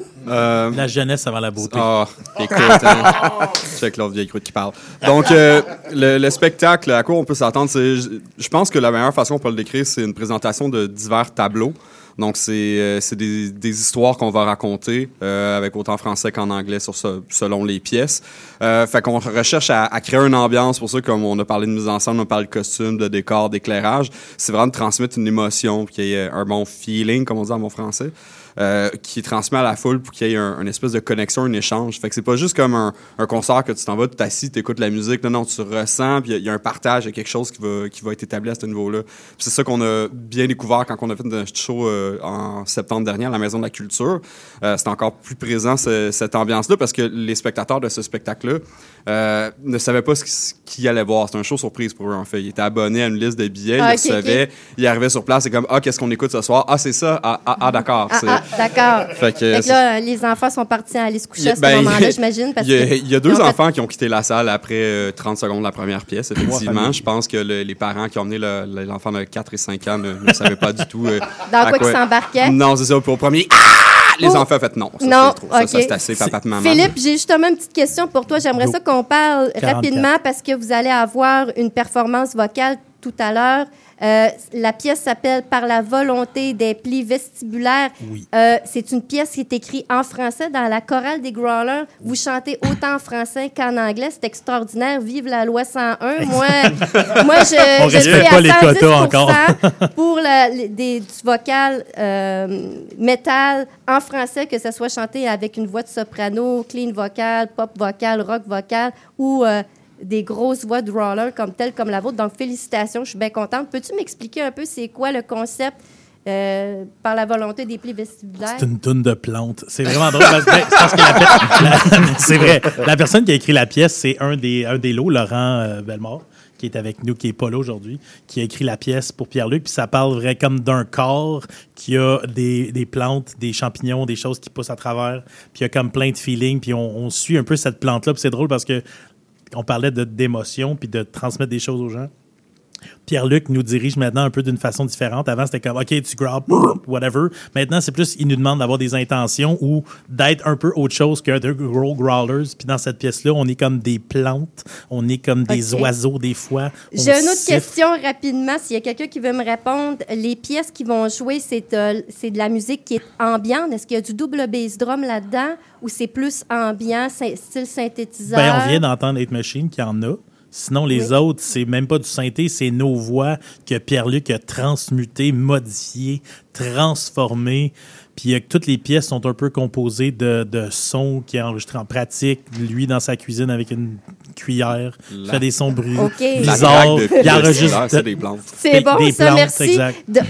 Euh, La jeunesse avant la beauté. Ah, écoute, hein, check l'autre vieille croûte qui parle. Donc, euh, le, le spectacle, à quoi on peut s'attendre, c'est, je, je pense que la meilleure façon pour le décrire, c'est une présentation de divers tableaux. Donc, c'est, euh, c'est des, des histoires qu'on va raconter euh, avec autant français qu'en anglais sur ce, selon les pièces. Euh, fait qu'on recherche à, à créer une ambiance, pour ça, comme on a parlé de mise en scène, on a parlé de costume, de décor, d'éclairage. C'est vraiment de transmettre une émotion, qu'il y ait un bon feeling, comme on dit en bon français. Euh, qui est transmis à la foule pour qu'il y ait un, une espèce de connexion, un échange. Fait que c'est pas juste comme un, un concert que tu t'en vas, tu t'assis, tu écoutes la musique. Non, non, tu ressens, puis il y, y a un partage, il y a quelque chose qui va, qui va être établi à ce niveau-là. Puis c'est ça qu'on a bien découvert quand on a fait notre show euh, en septembre dernier à la Maison de la Culture. Euh, c'est encore plus présent, ce, cette ambiance-là, parce que les spectateurs de ce spectacle-là euh, ne savaient pas ce qu'ils allaient voir. C'était un show surprise pour eux, en fait. Ils étaient abonnés à une liste de billets, Ah, ils okay, recevaient, okay. ils arrivaient sur place, c'est comme « Ah, qu'est-ce qu'on écoute ce soir? Ah, c'est ça? Ah, ah, ah d'accord. Ah, C'est- ah, d'accord. Fait que, Fait que là, les enfants sont partis à aller se coucher à ce Ben, moment-là, j'imagine. parce Il y a, que il y a ils deux ont fait- enfants qui ont quitté la salle après euh, trente secondes de la première pièce, effectivement. familles. Je pense que le- les parents qui ont emmené le- le- l'enfant de quatre et cinq ans ne, ne savaient pas du tout. euh, Dans à quoi qu'ils s'embarquaient? Non, c'est ça. Pour le premier, ah! Les Oh! enfants ont fait non. Ça, Non, c'est trop. Ça, OK. ça, c'est assez, papa, maman. Philippe, j'ai justement une petite question pour toi. J'aimerais Go. ça qu'on parle quarante-quatre. rapidement parce que vous allez avoir une performance vocale tout à l'heure. Euh, la pièce s'appelle « Par la volonté des plis vestibulaires ». Oui. Euh, c'est une pièce qui est écrite en français dans la chorale des Growlers. Vous chantez autant en français qu'en anglais. C'est extraordinaire. Vive la loi cent un. Moi, moi je, On je respecte suis pas à les cent dix quotas encore. pour la, les- des, du vocal euh, métal en français, que ce soit chanté avec une voix de soprano, clean vocal, pop vocal, rock vocal ou euh, des grosses voix de roller comme telles comme la vôtre. Donc, félicitations, je suis bien contente. Peux-tu m'expliquer un peu c'est quoi le concept euh, par la volonté des plis vestibulaires? C'est une toune de plantes. C'est vraiment drôle. Parce, ben, c'est parce que la, la- c'est vrai. La personne qui a écrit la pièce, c'est un des, un des lots, Laurent euh, Bellemare, qui est avec nous, qui n'est pas là aujourd'hui, qui a écrit la pièce pour Pierre-Luc. Puis ça parle vrai comme d'un corps qui a des, des plantes, des champignons, des choses qui poussent à travers. Puis il y a comme plein de feelings. Puis on, on suit un peu cette plante-là. Puis c'est drôle parce que on parlait de, d'émotion puis de transmettre des choses aux gens. Pierre-Luc nous dirige maintenant un peu d'une façon différente. Avant, c'était comme, OK, tu grabs, whatever. Maintenant, c'est plus, il nous demande d'avoir des intentions ou d'être un peu autre chose qu'un de gros growlers. Puis dans cette pièce-là, on est comme des plantes, on est comme des OK. oiseaux des fois. J'ai On une autre siffle. question rapidement, s'il y a quelqu'un qui veut me répondre. Les pièces qui vont jouer, c'est, euh, c'est de la musique qui est ambiante. Est-ce qu'il y a du double bass drum là-dedans ou c'est plus ambiant, sy- style synthétiseur? Ben, on vient d'entendre Hate Machine qui en a. Sinon, les Oui. autres, c'est même pas du synthé, c'est nos voix que Pierre-Luc a transmutées, modifiées, transformées. Puis euh, toutes les pièces sont un peu composées de, de sons qu'il a enregistrés en pratique. Lui, dans sa cuisine, avec une cuillère, il La- fait des sons bruyants, OK. La bizarres. traque de Il pièces, enregistre c'est des plantes. C'est des- bon, des ça, plantes, merci. exact. De-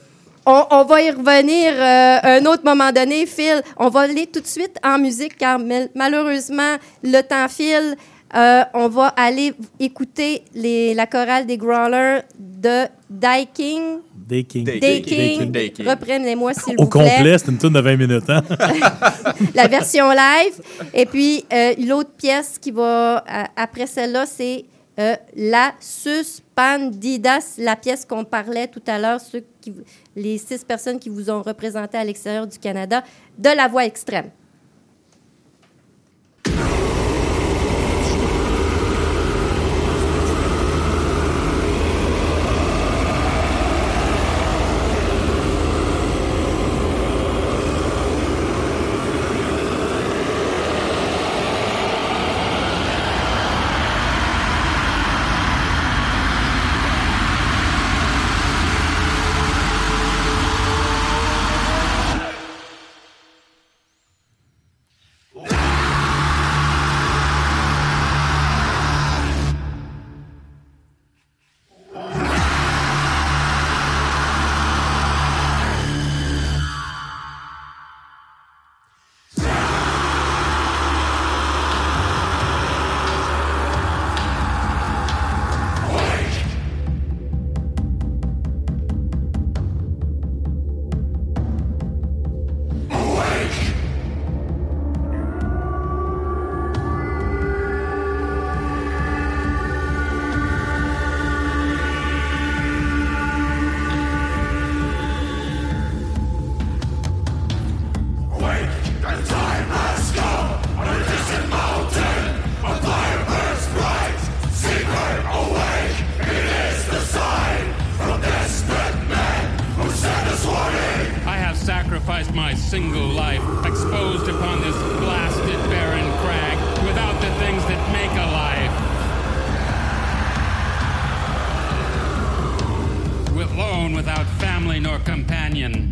On, on va y revenir euh, un autre moment donné, Phil. On va aller tout de suite en musique, car mal- malheureusement, le temps file. Euh, on va aller écouter les, la chorale des Growlers de Daking. Daking. Daking. Daking. Reprenez-moi, s'il Au vous plaît. complet, c'est une tune de vingt minutes. Hein? La version live. Et puis, euh, l'autre pièce qui va, euh, après celle-là, c'est euh, La Suspendidas, la pièce qu'on parlait tout à l'heure, ceux qui, les six personnes qui vous ont représenté à l'extérieur du Canada, de la voix extrême. single life, exposed upon this blasted barren crag, without the things that make a life. With lone, without family nor companion.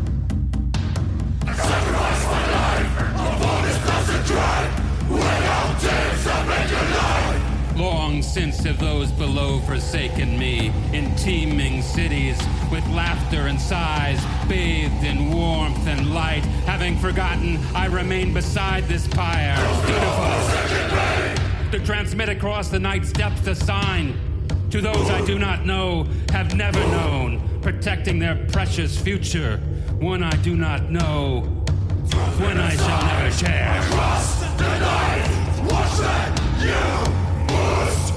I sacrificed my life upon this blessed drive, without days I make a life. Long since have those below forsaken me, in teeming cities, with laughter and sighs, bathed in warmth and light. Having forgotten, I remain beside this pyre, dutiful to transmit across the night's depths a sign to those I do not know, have never known, protecting their precious future, one I do not know, one I shall never share. Across the night, watch that you must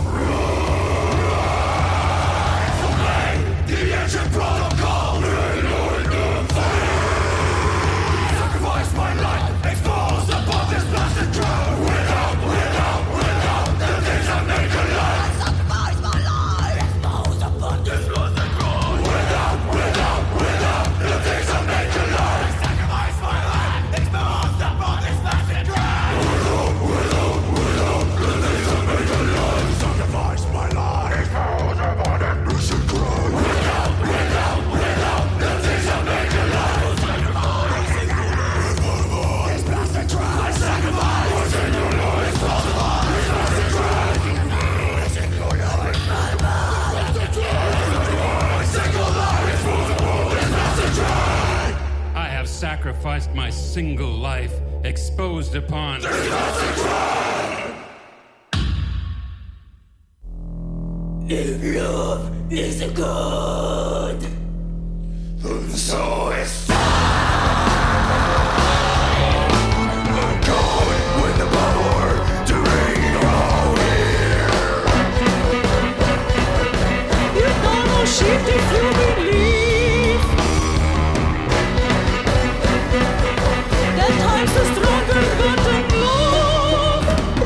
rise. Obey the ancient protocol in order to fight. Sacrifice my life, exposed upon this blasted ground. Without, without, without the things that make a life. Sacrifice my life, exposed upon this blasted ground. Without, without, without the things that make a life. Sacrifice my life, exposed upon this blasted ground. Without, without, without the things that make a life. Sacrifice my life, exposed upon this blasted ground. Without, without, without the things that make a life. Sacrifice this blasted ground. I sacrifice what's in your life. Sacrifice this blasted ground. What's in your life. Single life exposed upon this blasted ground. I have sacrificed my single life, exposed upon this blasted ground. If love is a god, then so is I'm going with the power to reign around here. You gonna shift if you believe that times are stronger than the love.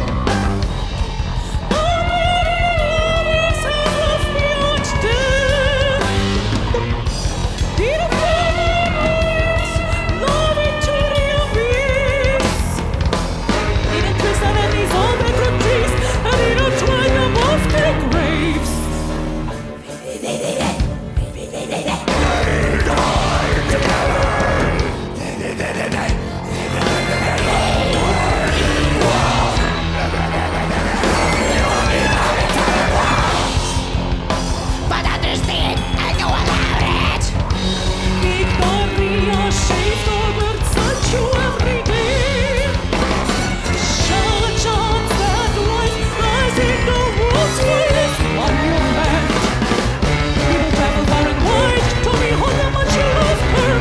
But understand, I know about it. Victoria shaped over such you every day. Shall a chance that life lies in the woods with one moment. People travel far and wide, told me how much you love her.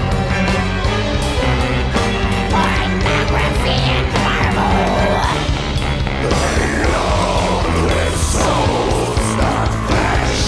Pornography and marble. They love with souls, not flesh.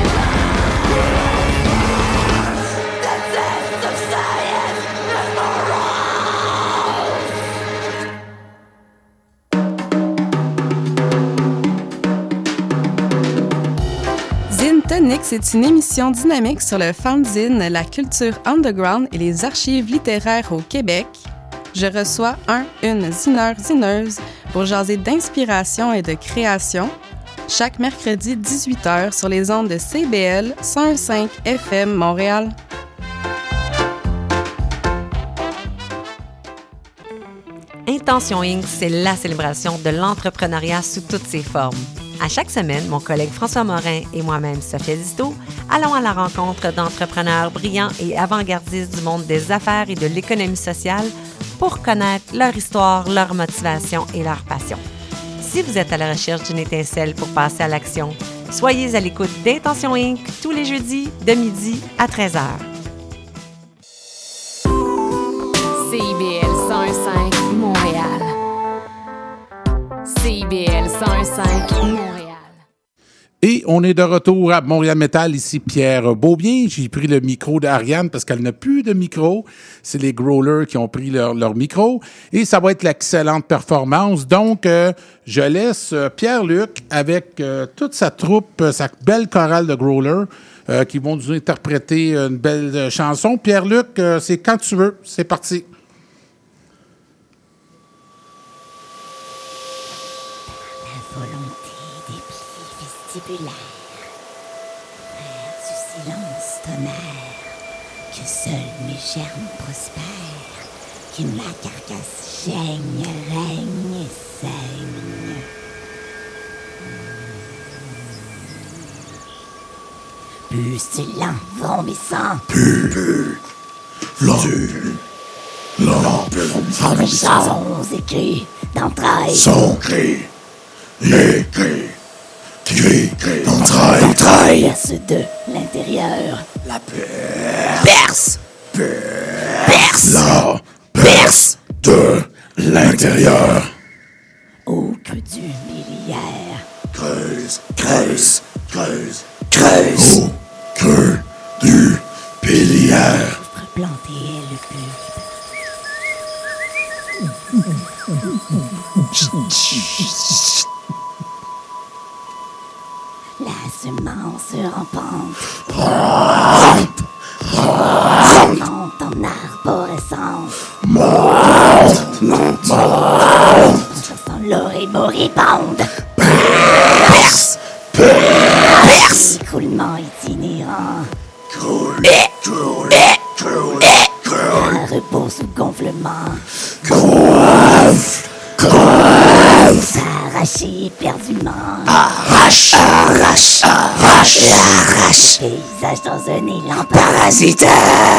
The test of science and moral Dominique, c'est une émission dynamique sur le fanzine, la culture underground et les archives littéraires au Québec. Je reçois un, une zineur, zineuse pour jaser d'inspiration et de création chaque mercredi dix-huit heures sur les ondes de C I B L cent un virgule cinq F M Montréal. Intention Incorporée, c'est la célébration de l'entrepreneuriat sous toutes ses formes. À chaque semaine, mon collègue François Morin et moi-même, Sophia Zito, allons à la rencontre d'entrepreneurs brillants et avant-gardistes du monde des affaires et de l'économie sociale pour connaître leur histoire, leur motivation et leur passion. Si vous êtes à la recherche d'une étincelle pour passer à l'action, soyez à l'écoute d'Intention Incorporée tous les jeudis de midi à treize heures. C I B L cent un virgule cinq Montréal. C I B L cent un virgule cinq Montréal. Et on est de retour à Montréal Metal, ici Pierre Beaubien. J'ai pris le micro d'Ariane parce qu'elle n'a plus de micro. C'est les Growlers qui ont pris leur, leur micro. Et ça va être l'excellente performance. Donc, euh, je laisse euh, Pierre-Luc avec euh, toute sa troupe, euh, sa belle chorale de Growlers euh, qui vont nous interpréter une belle euh, chanson. Pierre-Luc, euh, c'est quand tu veux. C'est parti. Vestibulaire, frère du silence tonnerre, que seuls mes germes prospèrent, que ma carcasse gêne, règne et saigne. Pustulant, vomissant, pu, pu, lampu, lampe, vomissant, sons écrits d'entrailles, son cri, les cris. Cri, cri, d'entrailles, d'entrailles, perce de l'intérieur, la perce, perce, perce, la perce de l'intérieur. Au creux du biliaire, creuse, creuse, creuse, creuse, au creux du biliaire. replanter le pur. La semence rampante Rampe, rampe, monte en arborescence, monte, monte, monte, chassant l'oreille moribonde, perce, perce, écoulement itinérant, coule, coule, coule, coule, un repos sous gonflement, coiffe, coiffe, s'arracher éperdument, arrache, arrache, arrache, arrache, paysage dans un élan parasitaire.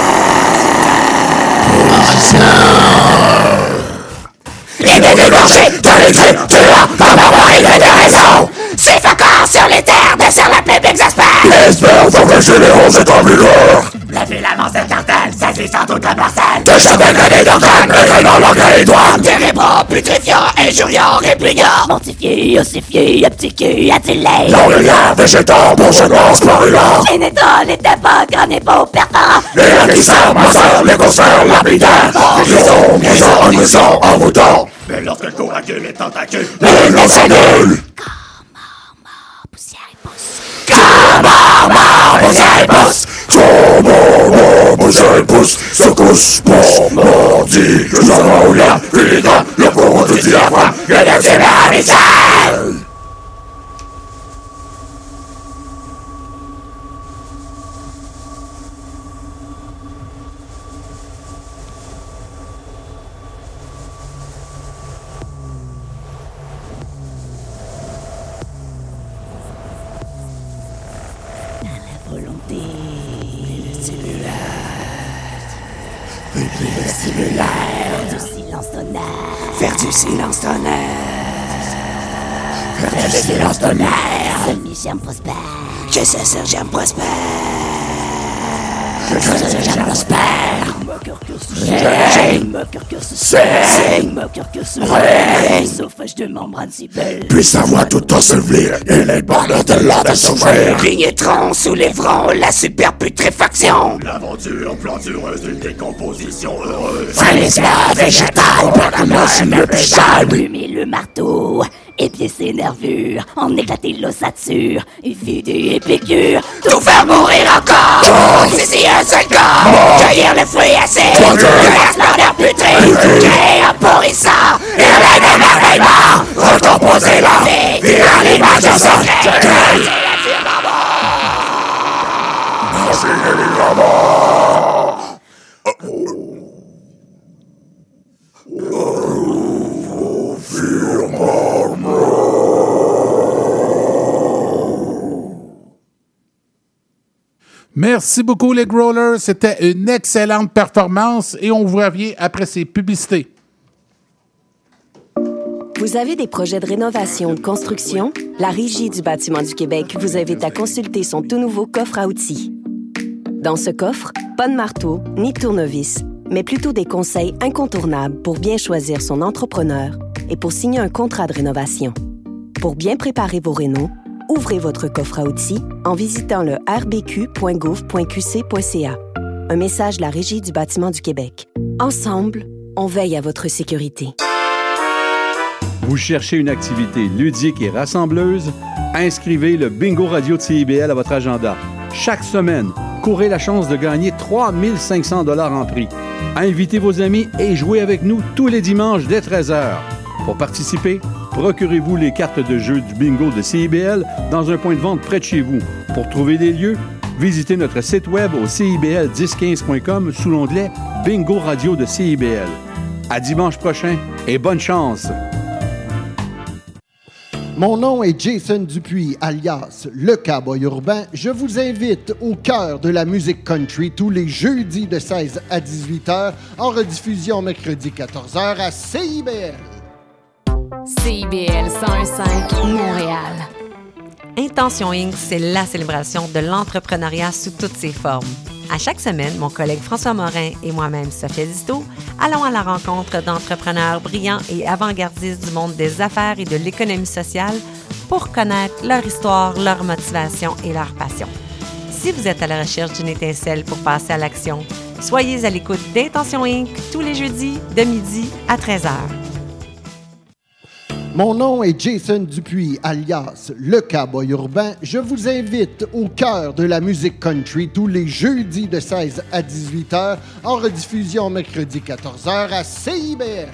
Il est débranché dans les traits, tuant par ma il est de raison. Suffocant sur les terres, dessert la plaie exaspère. L'espère faut que chez les ronds, c'est en lourd. La ville avance le cartel, saisit sans doute la parcelle. De jamais gagné d'organes, également l'engrais et douane. Ténébreux, putréfiant, injuriant, répugnant, mortifié, ossifié, abdiqué, attilé. Non, le lien végétant, bon semence, querullant. Les nétons, les tabacs, grand épaule, perforant. Les acquisseurs, masseurs, les concerts, lapidaires. Les grisons, grisons, en grisons, en voûtant. Mais lorsque le courageux, les tentacules, les noms s'annulent. Camarma, poussière et pousse. Camarma, poussière et pousse. Secousse, pour mordi. Que ça va au lien, filigrane, le courant du diaphragme. Et le timéramisel. du silence tonnerre. Faire du silence tonnerre. Faire du silence tonnerre. Seul mes germes prospèrent. Que ce seul germe prospère. Que ce seul germe prospère. Mon cœur que se Saigne. mon cœur que se Saigne. mon cœur que se Règne. Sauvage de membrane si belle. Puis sa voix tout ensevelir. Et les balles de l'art de souffrir. Pénétrant sous les fronts, la superbe putréfaction. L'aventure plantureuse d'une décomposition heureuse. Frémissement végétal pour la machine le plus sale. Plumer le marteau, épier ses nervures, en éclater l'ossature, vider et piqûre, tout faire mourir encore. Oh, c'est un seul corps, cueillir le fruit acide, cueillir splendeur putride, créer un pourrissant, hurler des merveillements, recomposer la vie, virer l'image de son rêve, créer la firmament. Enchaîner les grammaires. Merci beaucoup, les Growlers. C'était une excellente performance et on vous revient après ces publicités. Vous avez des projets de rénovation ou de construction? La Régie du bâtiment du Québec vous invite à consulter son tout nouveau coffre à outils. Dans ce coffre, pas de marteau ni de tournevis, mais plutôt des conseils incontournables pour bien choisir son entrepreneur et pour signer un contrat de rénovation. Pour bien préparer vos rénaux, ouvrez votre coffre à outils en visitant le r b q point gouv point q c point c a. Un message de la Régie du bâtiment du Québec. Ensemble, on veille à votre sécurité. Vous cherchez une activité ludique et rassembleuse? Inscrivez le Bingo Radio de C I B L à votre agenda. Chaque semaine, courez la chance de gagner trois mille cinq cents dollars en prix. Invitez vos amis et jouez avec nous tous les dimanches dès treize heures. Pour participer, procurez-vous les cartes de jeu du bingo de C I B L dans un point de vente près de chez vous. Pour trouver des lieux, visitez notre site web au c i b l dix quinze point com sous l'onglet Bingo Radio de C I B L. À dimanche prochain et bonne chance! Mon nom est Jason Dupuis, alias Le Cowboy Urbain. Je vous invite au cœur de la musique country tous les jeudis de seize à dix-huit heures, en rediffusion mercredi quatorze heures à C I B L. C I B L cent un cinq Montréal. Intention Incorporée, c'est la célébration de l'entrepreneuriat sous toutes ses formes. À chaque semaine, mon collègue François Morin et moi-même, Sophia Zito, allons à la rencontre d'entrepreneurs brillants et avant-gardistes du monde des affaires et de l'économie sociale pour connaître leur histoire, leur motivation et leur passion. Si vous êtes à la recherche d'une étincelle pour passer à l'action, soyez à l'écoute d'Intention Incorporée tous les jeudis de midi à treize heures. Mon nom est Jason Dupuis, alias Le Cowboy Urbain. Je vous invite au cœur de la musique country tous les jeudis de seize à dix-huit heures, en rediffusion mercredi quatorze heures à C I B L.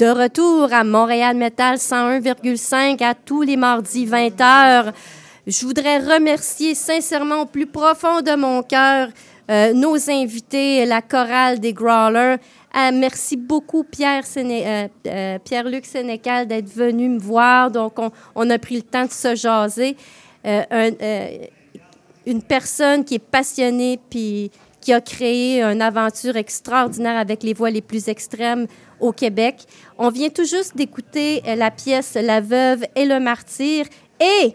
de retour à Montréal Metal cent un virgule cinq à tous les mardis vingt heures. Je voudrais remercier sincèrement au plus profond de mon cœur euh, nos invités, la chorale des Growlers. Euh, merci beaucoup, Pierre Séné- euh, euh, Pierre-Luc Sénécal, d'être venu me voir. Donc, on, on a pris le temps de se jaser. Euh, un, euh, une personne qui est passionnée puis qui a créé une aventure extraordinaire avec les voix les plus extrêmes au Québec. On vient tout juste d'écouter la pièce « La veuve et le martyr » et,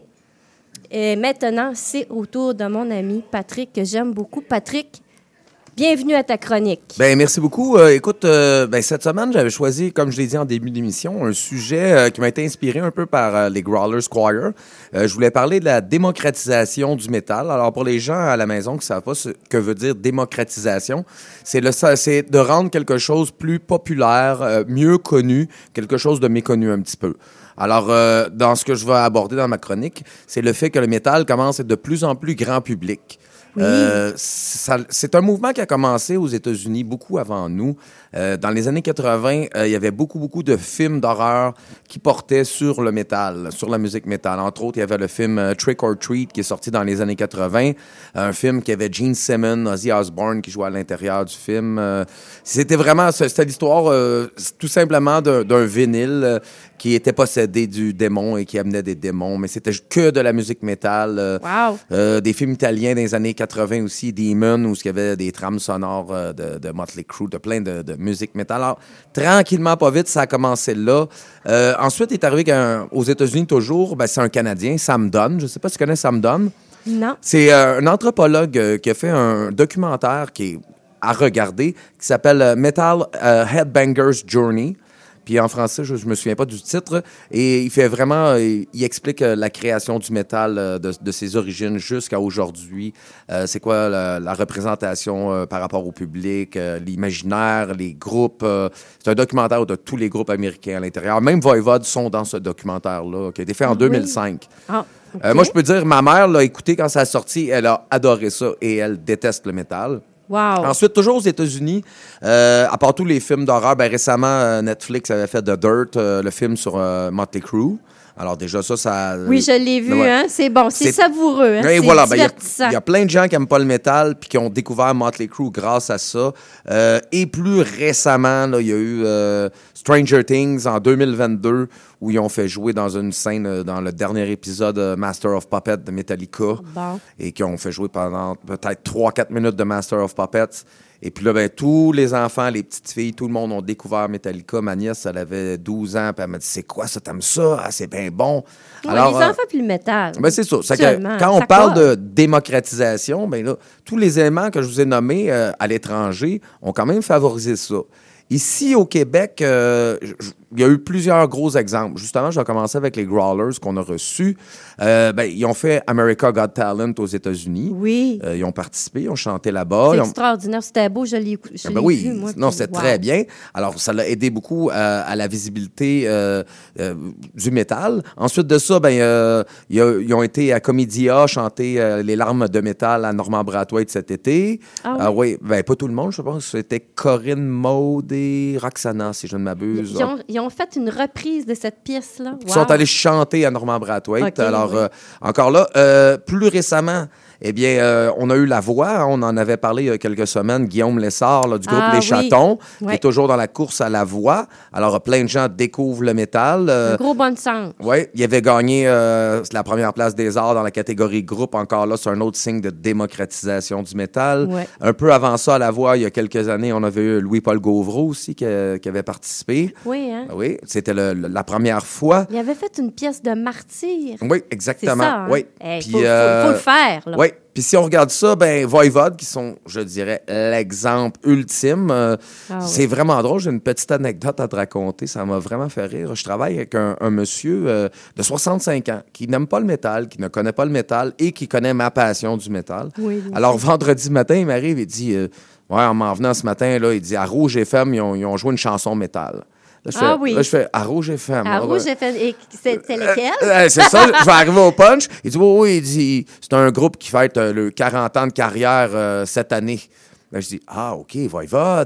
et maintenant, c'est au tour de mon ami Patrick, que j'aime beaucoup. Patrick, bienvenue à ta chronique. Ben merci beaucoup. Euh, écoute, euh, ben, cette semaine, j'avais choisi, comme je l'ai dit en début d'émission, un sujet euh, qui m'a été inspiré un peu par euh, les Growlers Choir. Euh, je voulais parler de la démocratisation du métal. Alors, pour les gens à la maison qui ne savent pas ce que veut dire démocratisation, c'est, le, c'est de rendre quelque chose plus populaire, euh, mieux connu, quelque chose de méconnu un petit peu. Alors, euh, dans ce que je vais aborder dans ma chronique, c'est le fait que le métal commence à être de plus en plus grand public. Oui. Euh, ça, c'est un mouvement qui a commencé aux États-Unis beaucoup avant nous. Euh, dans les années quatre-vingt, euh, il y avait beaucoup, beaucoup de films d'horreur qui portaient sur le métal, sur la musique métal. Entre autres, il y avait le film euh, Trick or Treat qui est sorti dans les années quatre-vingt, un film qui avait Gene Simmons, Ozzy Osbourne qui jouait à l'intérieur du film. Euh, c'était vraiment, c'était l'histoire euh, tout simplement d'un, d'un vinyle euh, qui était possédé du démon et qui amenait des démons, mais c'était que de la musique métal. Euh, wow. euh, des films italiens des années quatre-vingt aussi, Demon, où il y avait des trames sonores euh, de, de Motley Crue, de plein de, de musique métal. Alors, tranquillement, pas vite, ça a commencé là. Euh, ensuite, il est arrivé aux États-Unis toujours, ben, c'est un Canadien, Sam Dunn. Je ne sais pas si tu connais Sam Dunn. Non. C'est euh, un anthropologue euh, qui a fait un documentaire qui est à regarder, qui s'appelle euh, Metal euh, Headbanger's Journey. Puis en français, je ne me souviens pas du titre. Et il fait vraiment, il, il explique euh, la création du métal euh, de, de ses origines jusqu'à aujourd'hui. Euh, c'est quoi la, la représentation euh, par rapport au public, euh, l'imaginaire, les groupes. Euh, c'est un documentaire de tous les groupes américains à l'intérieur. Même Voivod sont dans ce documentaire-là, qui a été fait en oui. deux mille cinq. Ah, okay. euh, moi, je peux dire, ma mère l'a écouté quand ça a sorti. Elle a adoré ça et elle déteste le métal. Wow. Ensuite, toujours aux États-Unis, euh, à part tous les films d'horreur, ben, récemment, euh, Netflix avait fait The Dirt, euh, le film sur euh, Motley Crue. Alors déjà, ça, ça... Oui, je l'ai vu, ouais. hein? C'est bon, c'est, c'est... savoureux, hein? Et c'est voilà, divertissant. Il ben, y, y a plein de gens qui n'aiment pas le métal puis qui ont découvert Motley Crue grâce à ça. Euh, et plus récemment, il y a eu euh, Stranger Things en deux mille vingt-deux où ils ont fait jouer dans une scène euh, dans le dernier épisode euh, Master of Puppets de Metallica. Bon. Et qui ont fait jouer pendant peut-être trois à quatre minutes de Master of Puppets. Et puis là, ben, tous les enfants, les petites filles, tout le monde ont découvert Metallica. Ma nièce, elle avait douze ans, puis elle m'a dit « C'est quoi ça, t'aimes ça? Ah, c'est bien bon! » Ouais, Alors, les euh, enfants puis le métal. Ben c'est ça. C'est que, quand on ça parle colle. de démocratisation, ben là, tous les éléments que je vous ai nommés euh, à l'étranger ont quand même favorisé ça. Ici, au Québec, euh, il y a eu plusieurs gros exemples. Justement, je vais commencer avec les Growlers qu'on a reçus. Euh, ben, ils ont fait America Got Talent aux États-Unis. Oui. Euh, ils ont participé, ils ont chanté là-bas. C'est ont... extraordinaire. C'était beau, je l'ai, je ben l'ai oui. vu, moi. Non, puis, c'était wow. très bien. Alors, ça l'a aidé beaucoup euh, à la visibilité euh, euh, du métal. Ensuite de ça, ben, euh, ils, a, ils ont été à Comédia chanter euh, Les larmes de métal à Normand-Brathwaite cet été. Ah oui? Euh, oui, ben, pas tout le monde, je pense. C'était Corinne Maud et Roxana, si je ne m'abuse. Ils ont, ils ont fait une reprise de cette pièce-là. Wow. Ils sont allés chanter à Normand-Brathwaite. Okay, Alors, oui. euh, encore là, euh, plus récemment, eh bien, euh, on a eu la voix. On en avait parlé il y a quelques semaines. Guillaume Lessard, là, du groupe ah, Les oui. Chatons, ouais. qui est toujours dans la course à la voix. Alors, plein de gens découvrent le métal. Euh, Un gros bon sens. Oui, il avait gagné euh, la première place des arts dans la catégorie groupe. Encore là, c'est un autre signe de démocratisation du métal. Ouais. Un peu avant ça, à la voix, il y a quelques années, on avait eu Louis-Paul Gauvreau aussi qui, euh, qui avait participé. Oui, hein? Oui, c'était le, le, la première fois. Il avait fait une pièce de martyr. Oui, exactement. C'est ça, hein? Oui. Il Puis, faut, euh, faut, faut le faire. Là. Oui. Puis si on regarde ça, ben Voivod, qui sont, je dirais, l'exemple ultime. Euh, ah, c'est oui. vraiment drôle. J'ai une petite anecdote à te raconter. Ça m'a vraiment fait rire. Je travaille avec un, un monsieur euh, de soixante-cinq ans qui n'aime pas le métal, qui ne connaît pas le métal et qui connaît ma passion du métal. Oui, oui, Alors, oui. vendredi matin, il m'arrive et dit, euh, ouais, en m'en venant ce matin, là, il dit, à Rouge F M, ils ont, ils ont joué une chanson métal. Là, je ah fais, oui. Là, je fais, à Rouge F M. À là, Rouge ouais. F M. Et c'est, c'est lequel? Euh, euh, c'est ça, je vais arriver au punch. Il dit, oui, oui, il dit, c'est un groupe qui fête euh, le quarante ans de carrière euh, cette année. Là, je dis, ah, OK, Voivod.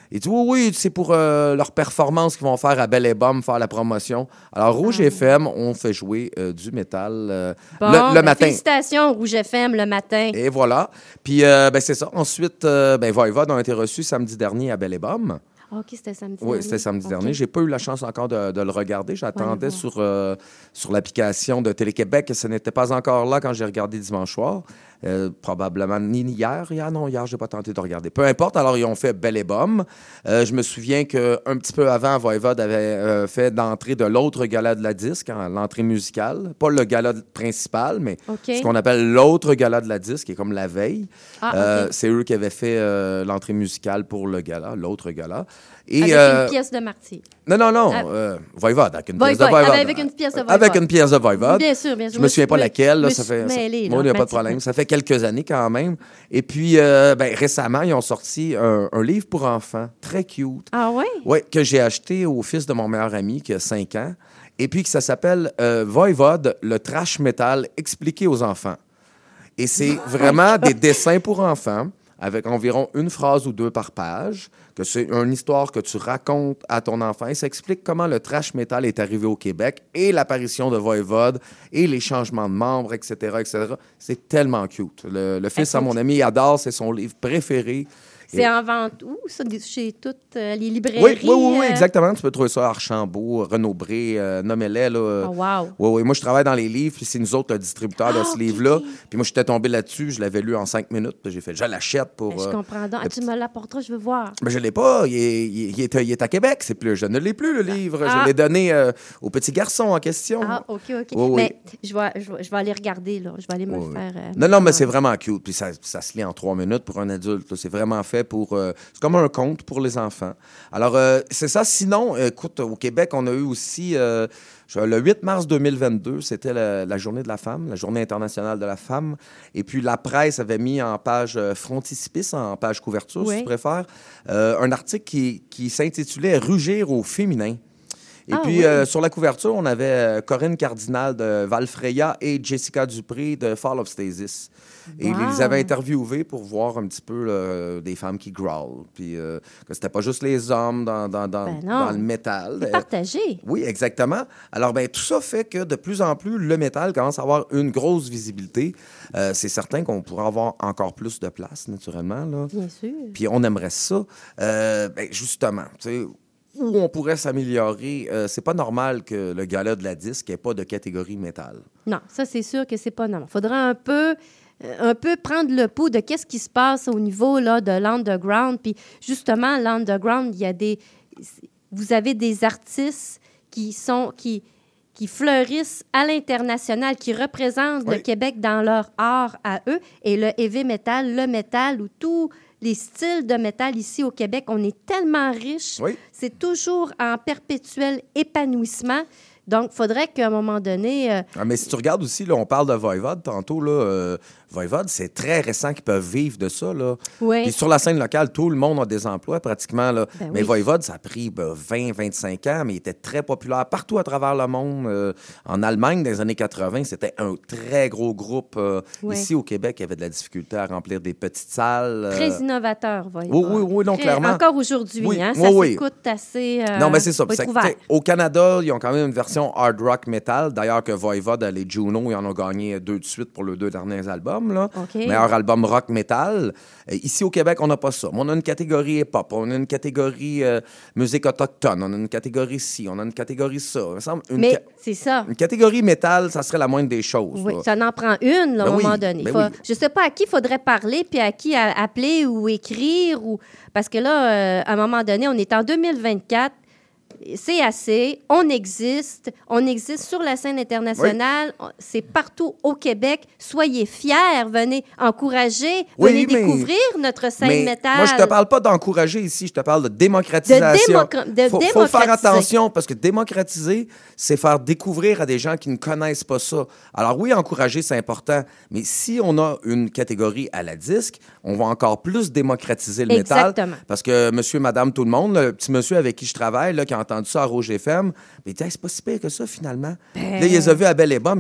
Il dit, oui, oui, c'est pour euh, leur performance qu'ils vont faire à Belle et Bomme, faire la promotion. Alors, Rouge Ah. F M, on fait jouer euh, du métal euh, Bon, le, le ben, matin. Félicitations, Rouge F M, le matin. Et voilà. Puis, euh, ben, c'est ça. Ensuite, euh, ben, Voivode ont été reçus samedi dernier à Belle et Bomme. Ah, OK, c'était samedi Oui, dernier. c'était samedi OK. dernier. J'ai pas eu la chance encore de, de le regarder. J'attendais voir. sur, euh, sur l'application de Télé-Québec. Ce n'était pas encore là quand j'ai regardé dimanche soir. Euh, probablement ni hier. Hier, non, hier, j'ai pas tenté de regarder. Peu importe. Alors, ils ont fait Belle et Bomme. Euh, je me souviens qu'un petit peu avant, Voivode avait euh, fait l'entrée de l'autre gala de la disque, hein, l'entrée musicale. Pas le gala principal, mais OK. ce qu'on appelle l'autre gala de la disque, qui est comme la veille. Ah, Euh, OK. C'est eux qui avaient fait euh, l'entrée musicale pour le gala, l'autre gala. Et, Avec euh, une pièce de Martyr. non, non, non. Ah. Euh, Voivode, avec une Voivode, pièce de Voivode. avec une pièce de Voivode. Avec une pièce de Voivode. Bien sûr, bien sûr. Je me souviens pas Oui, laquelle. Là, me ça suis fait, ça- mêlée, Moi, là, il n'y a pas de pratiquement. problème. Ça fait quelques années quand même. Et puis, euh, ben, récemment, ils ont sorti un, un livre pour enfants, très cute. Ah oui? Oui, que j'ai acheté au fils de mon meilleur ami qui a cinq ans. Et puis, que ça s'appelle euh, Voivode, le trash metal expliqué aux enfants. Et c'est vraiment des dessins pour enfants avec environ une phrase ou deux par page, que c'est une histoire que tu racontes à ton enfant. Et ça explique comment le trash metal est arrivé au Québec et l'apparition de Voivode et les changements de membres, et cetera, et cetera. C'est tellement cute. Le, le fils à mon ami, il adore, c'est son livre préféré. C'est Et- en vente où, ça? Chez toutes euh, les librairies? Oui, oui, oui, oui, euh? exactement. Tu peux trouver ça à Archambault, Renaud-Bré, euh, nommez-les. Là. Oh, wow. Oui, oui. Moi, je travaille dans les livres, puis c'est nous autres le distributeur de Ah, ce ok, livre-là. ok. Puis moi, j'étais tombé là-dessus, je l'avais lu en cinq minutes, puis j'ai fait, je l'achète pour... Ben, je euh, comprends donc. Ah, le tu petit- me l'apporteras, je veux voir. Ben, je l'ai pas. Il est, il est- il est- il est à Québec. C'est plus, je ne l'ai plus, le livre. Ah. Je l'ai donné euh, au petit garçon en question. Ah, OK, OK. Oui, oui. Mais je vais, je, vais, je vais aller regarder, là. Je vais aller me Oui, le oui. faire. euh, Non, non, mais c'est vraiment cute. Puis ça, ça se lit en trois minutes pour un adulte. là. C'est vraiment fait pour... euh, c'est comme un conte pour les enfants. Alors, euh, c'est ça. Sinon, écoute, au Québec, on a eu aussi... euh, je- le huit mars deux mille vingt-deux, c'était la, la Journée de la femme, la Journée internationale de la femme. Et puis, la presse avait mis en page euh, frontispice, en page couverture, Oui. si tu préfères, euh, un article qui, qui s'intitulait « Rugir au féminin ». Et Ah, puis, oui. euh, sur la couverture, on avait euh, Corinne Cardinal de Valfreya et Jessica Dupré de Fall of Stasis. Et Wow. ils les avaient interviewés pour voir un petit peu là, des femmes qui growlent. Puis euh, que c'était pas juste les hommes dans, dans, dans, Ben non. dans le métal. C'est Euh, partagé. oui, exactement. Alors, ben, tout ça fait que de plus en plus, le métal commence à avoir une grosse visibilité. Euh, c'est certain qu'on pourrait avoir encore plus de place, naturellement. Là. Bien sûr. Puis on aimerait ça. Euh, ben, justement, tu sais, où on pourrait s'améliorer, euh, c'est pas normal que le gala de la disque n'ait pas de catégorie métal. Non, ça, c'est sûr que c'est pas normal. Il faudrait un peu, euh, un peu prendre le pouls de qu'est-ce qui se passe au niveau là, de l'underground. Puis justement, l'underground, il y a des... Vous avez des artistes qui sont... qui qui fleurissent à l'international, qui représentent Oui. le Québec dans leur art à eux. Et le heavy metal, le métal ou tous les styles de métal ici au Québec, on est tellement riche. Oui. C'est toujours en perpétuel épanouissement. Donc, il faudrait qu'à un moment donné... euh, Ah, mais si tu regardes aussi, là, on parle de Voivode tantôt, là, euh, Voivode, c'est très récent qu'ils peuvent vivre de ça. Là. Oui. Puis sur la scène locale, tout le monde a des emplois pratiquement. Là. Ben mais oui. Voivode, ça a pris ben, vingt, vingt-cinq ans, mais il était très populaire partout à travers le monde. Euh, en Allemagne, dans les années quatre-vingt, c'était un très gros groupe. Euh, Oui. Ici, au Québec, il y avait de la difficulté à remplir des petites salles. euh, Très innovateur, voyez. oui, oui, oui, non, clairement. Encore aujourd'hui, Oui, hein, oui, ça oui. s'écoute assez... euh, Non, mais c'est ça. faut être C'est que, ouvert. tu sais, au Canada, ils ont quand même une version hard rock metal. D'ailleurs, que Voivode, les Juno, ils en ont gagné deux de suite pour leurs deux derniers albums. Là. OK. Meilleur album rock metal. Euh, ici, au Québec, on n'a pas ça. Mais on a une catégorie hip-hop, on a une catégorie euh, musique autochtone, on a une catégorie ci, on a une catégorie ça. Il me semble une, Mais ca- c'est ça. une catégorie métal, ça serait la moindre des choses. Oui, là. ça en prend une, là, à Ben un oui, moment donné. ben Faut- oui. Je ne sais pas à qui il faudrait parler, puis à qui a- appeler ou écrire. Ou... Parce que là, euh, à un moment donné, on est en deux mille vingt-quatre. C'est assez, on existe, on existe sur la scène internationale, on- c'est partout au Québec. Soyez fiers, venez encourager, Oui, venez mais- découvrir notre scène Mais métal. moi, je te parle pas d'encourager ici, je te parle de démocratisation. De démocra- de faut, faut faire démocratiser. attention parce que démocratiser, c'est faire découvrir à des gens qui ne connaissent pas ça. Alors oui, encourager, c'est important, mais si on a une catégorie à la disque, on va encore plus démocratiser le Exactement. métal. Parce que monsieur, madame, tout le monde, le petit monsieur avec qui je travaille, là, qui a entendu ça à Rouge F M, il dit hey, c'est pas si pire que ça finalement. Ben. Là, il les a vus à Belle et Bomme, il dit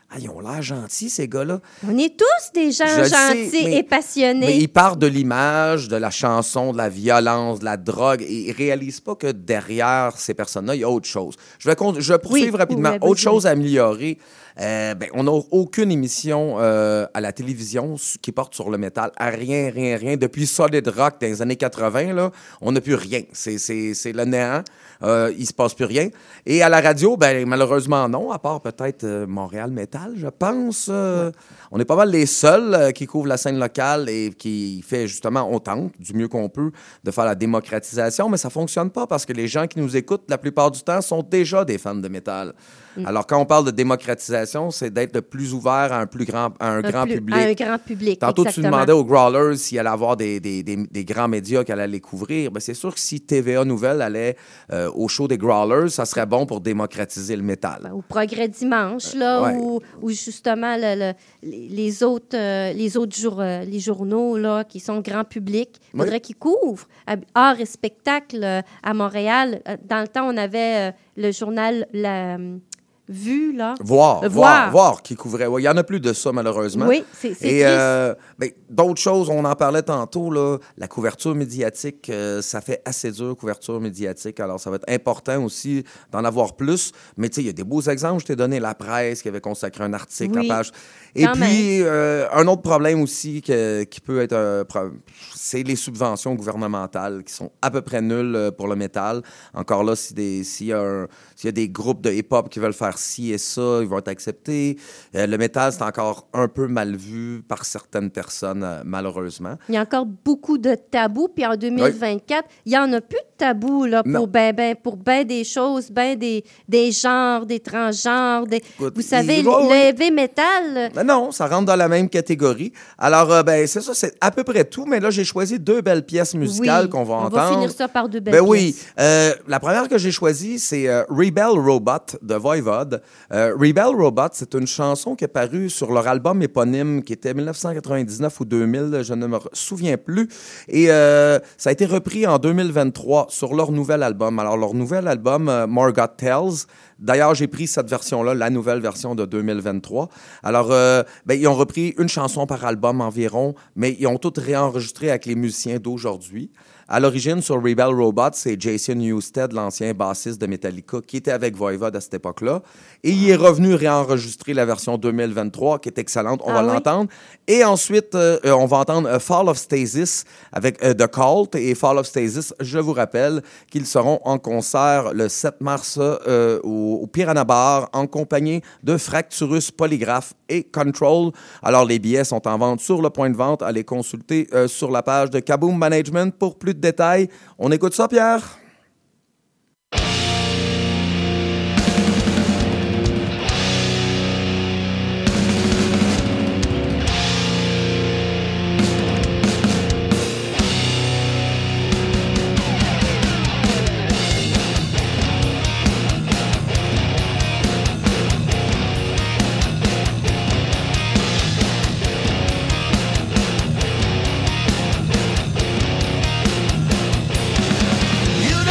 ah, ils ont l'air gentils, ces gars-là. On est tous des gens Je gentils sais, mais- et passionnés. Mais ils partent de l'image, de la chanson, de la violence, de la drogue, et ils réalisent pas que derrière ces personnes-là, il y a autre chose. Je vais, con- je vais poursuivre Oui, rapidement. oui, oui, autre vas-y. chose à améliorer. Euh, ben, on n'a aucune émission euh, à la télévision s- qui porte sur le métal. À rien, rien, rien. Depuis Solid Rock dans les années quatre-vingt, là, on n'a plus rien. C'est, c'est, c'est le néant. Euh, il se passe plus rien. Et à la radio, ben, malheureusement, non, à part peut-être euh, Montréal Metal, je pense. Euh, On est pas mal les seuls euh, qui couvrent la scène locale et qui fait justement, on tente du mieux qu'on peut de faire la démocratisation, mais ça fonctionne pas parce que les gens qui nous écoutent, la plupart du temps, sont déjà des fans de métal. Mm. Alors, quand on parle de démocratisation, c'est d'être le plus ouvert à un, plus grand, à un, Un grand plus- public. à un grand public, Tantôt, exactement. tu demandais aux Growlers s'il allait avoir des, des, des, des grands médias qui allaient les couvrir. Ben, c'est sûr que si T V A Nouvelle allait euh, au show des Growlers, ça serait bon pour démocratiser le métal. Au Progrès Dimanche, là, Ouais. où, où justement le- le- les les autres, euh, les autres jour- euh, les journaux là, qui sont grand public, il Oui. faudrait qu'ils couvrent euh, art et spectacle euh, à Montréal. Euh, Dans le temps, on avait euh, le journal La euh, Vue, là. Voir, Euh, voir, voir qui couvrait. Ouais, il y en a plus de ça, malheureusement. Oui, c'est c'est Et triste. euh, ben, d'autres choses, on en parlait tantôt, là, la couverture médiatique, euh, ça fait assez dur, couverture médiatique. Alors, ça va être important aussi d'en avoir plus. Mais tu sais, il y a des beaux exemples. Je t'ai donné La Presse qui avait consacré un article Oui, en page. Et quand puis, euh, un autre problème aussi que- qui peut être, un pro- c'est les subventions gouvernementales qui sont à peu près nulles euh, pour le métal. Encore là, si des- s'il y a un- s'il y a des groupes de hip-hop qui veulent faire ci et ça, ils vont être acceptés. Euh, le métal, c'est encore un peu mal vu par certaines personnes, euh, malheureusement. Il y a encore beaucoup de tabous. Puis en deux mille vingt-quatre, il n'y en a plus de tabous là, Non. pour ben, ben, pour ben des choses, ben des, des genres, des transgenres. Des... Vous savez, il le, va, le oui. heavy metal, Ben non, ça rentre dans la même catégorie. Alors, euh, ben, c'est ça, c'est à peu près tout. Mais là, j'ai choisi deux belles pièces musicales oui, qu'on va on entendre. va finir ça par deux belles Ben oui. pièces. Euh, la première que j'ai choisie, c'est euh, Rebel Robot de Voivod. Euh, Rebel Robot, c'est une chanson qui est parue sur leur album éponyme qui était dix-neuf cent quatre-vingt-dix-neuf ou deux mille, je ne me re- souviens plus. Et euh, ça a été repris en deux mille vingt-trois sur leur nouvel album. Alors, leur nouvel album, euh, More God Tells. D'ailleurs, j'ai pris cette version-là, la nouvelle version de deux mille vingt-trois. Alors, euh, ben, ils ont repris une chanson par album environ, mais ils ont toutes réenregistré avec les musiciens d'aujourd'hui. À l'origine, sur Rebel Robot, c'est Jason Newsted, l'ancien bassiste de Metallica, qui était avec Voivod à cette époque-là. Et il est revenu réenregistrer la version deux mille vingt-trois, qui est excellente. On Ah va oui? l'entendre. Et ensuite, euh, euh, on va entendre euh, Fall of Stasis avec euh, The Cult. Et Fall of Stasis, je vous rappelle qu'ils seront en concert le sept mars euh, au, au Piranha Bar en compagnie de Fracturus Polygraph et Control. Alors, les billets sont en vente sur le point de vente. Allez consulter euh, sur la page de Kaboom Management pour plus de détails. On écoute ça, Pierre? You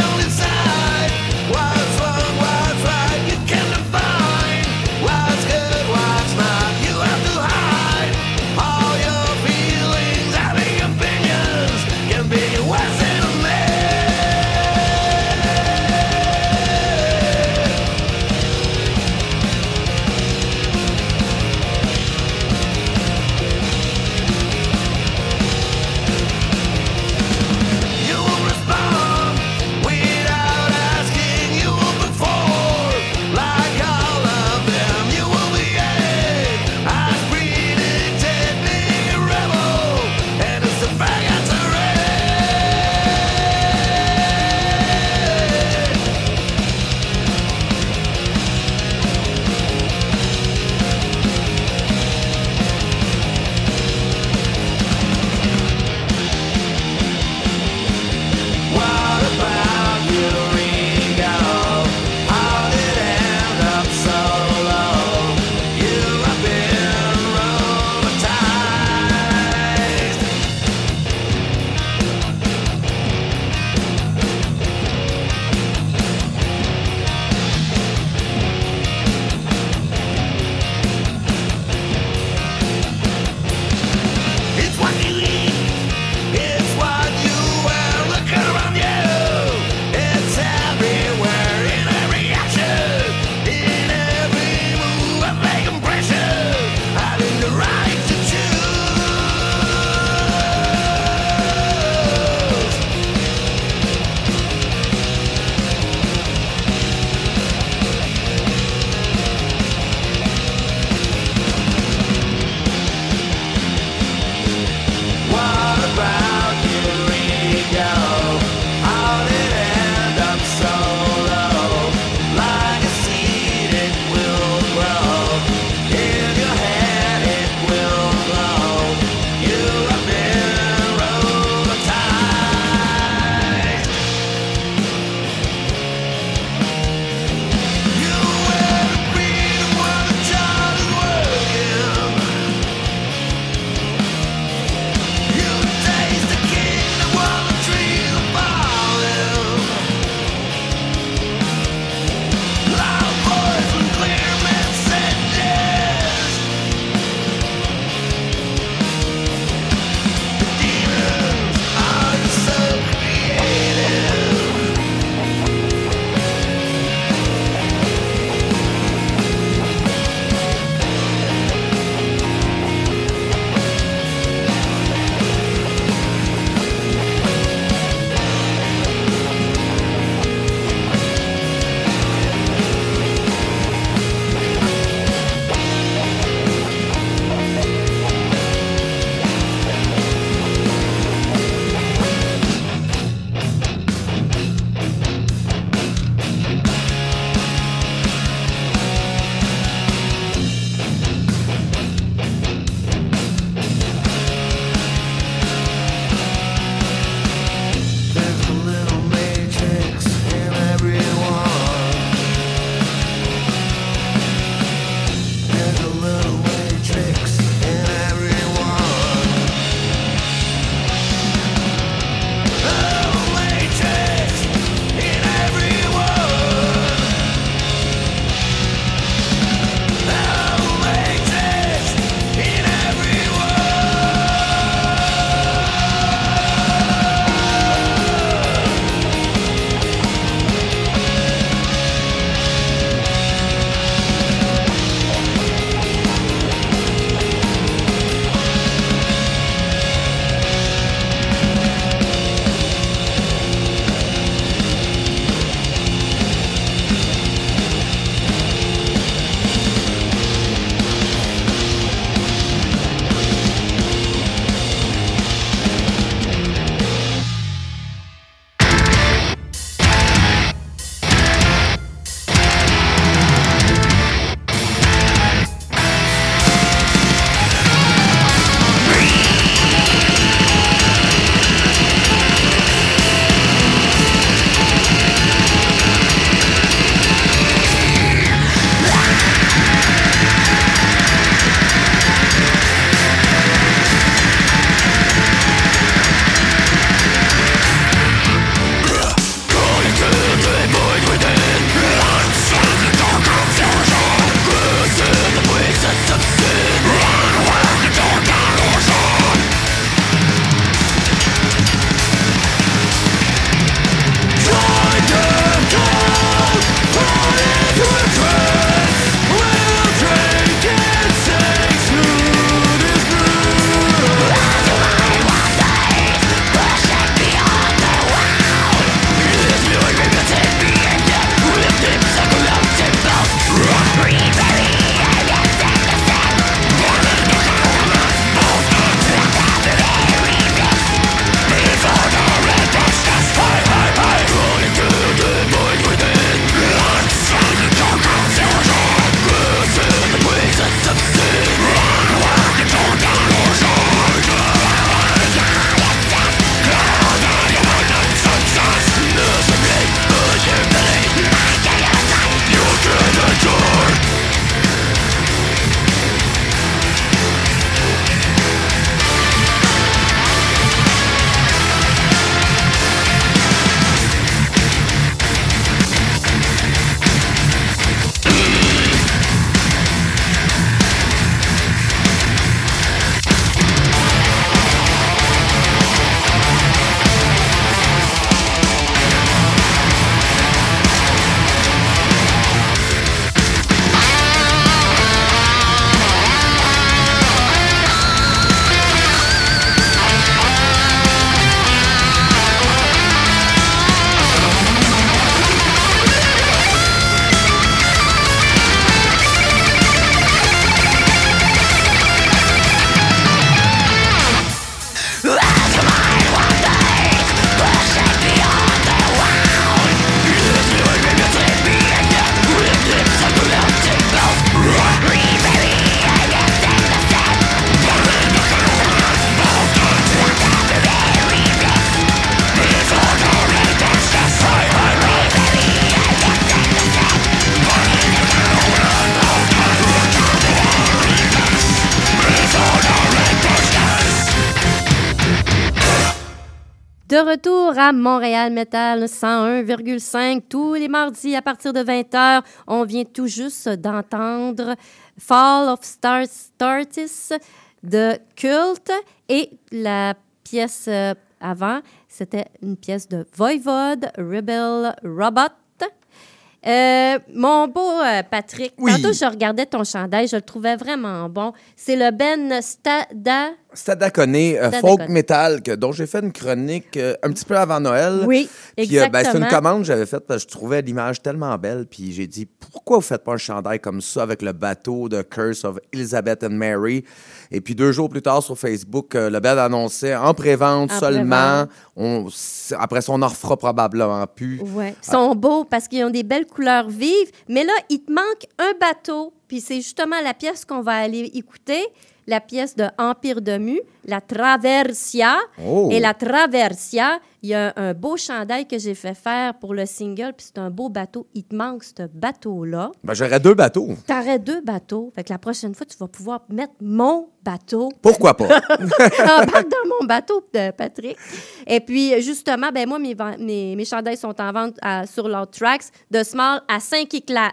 retour à Montréal Metal cent un virgule cinq tous les mardis à partir de vingt heures. On vient tout juste d'entendre Fall of Star Startis de Cult et la pièce euh, avant, c'était une pièce de Voivod, Rebel Robot. Euh, mon beau euh, Patrick, Oui. tantôt je regardais ton chandail, je le trouvais vraiment bon. C'est le Ben Stada... Stadakone, euh, Stadakone. folk metal, que- dont j'ai fait une chronique euh, un petit peu avant Noël. Oui, Puis, euh, ben, c'est une exactement. commande que j'avais faite parce que je trouvais l'image tellement belle. Puis j'ai dit, pourquoi vous faites pas un chandail comme ça avec le bateau de Curse of Elizabeth and Mary? Et puis deux jours plus tard, sur Facebook, euh, le band annonçait en pré-vente En seulement. On, c'est- après ça, on en refera probablement plus. Ouais. Ils sont beaux parce qu'ils ont des belles couleurs vives. Mais là, il te manque un bateau. Puis c'est justement la pièce qu'on va aller écouter, la pièce de Empire de Mu, la Traversia. Oh. Et la Traversia, il y a un beau chandail que j'ai fait faire pour le single, puis c'est un beau bateau. Il te manque ce bateau-là. Ben, j'aurais deux bateaux. T'aurais deux bateaux. Fait que la prochaine fois, tu vas pouvoir mettre mon bateau. Pourquoi pas? Embarque dans mon bateau, de Patrick. Et puis, justement, ben moi, mes, van- mes, mes chandails sont en vente à- sur Loud Tracks de small à cinq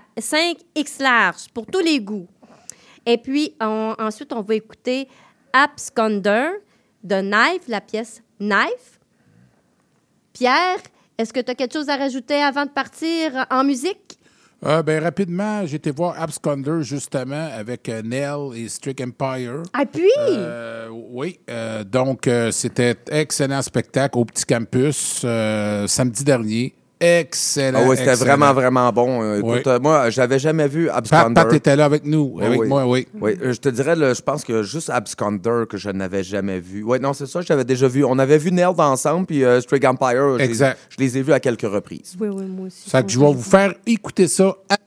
X large pour tous les goûts. Et puis, on- ensuite, on va écouter Absconder de Knife, la pièce Knife. Pierre, est-ce que tu as quelque chose à rajouter avant de partir en musique? Euh, ben, rapidement, j'ai été voir Absconder, justement, avec euh, Nell et Strict Empire. Ah, puis? Euh, oui. euh, donc, euh, c'était excellent spectacle au Petit Campus euh, samedi dernier. Excellent. Ah oui, c'était excellent. vraiment, vraiment bon. Euh, Écoute, Oui. euh, moi, j'avais jamais vu Pat, Absconder. Pat était là avec nous, avec oui. moi, oui. Oui, euh, je te dirais, là, je pense que juste Absconder que je n'avais jamais vu. Oui, non, c'est ça, je l'avais déjà vu. On avait vu Neld ensemble, puis euh, Strict Empire, je les- Exact. je les ai vus à quelques reprises. Oui, oui, moi aussi. Ça que je vais vous faire écouter ça. à-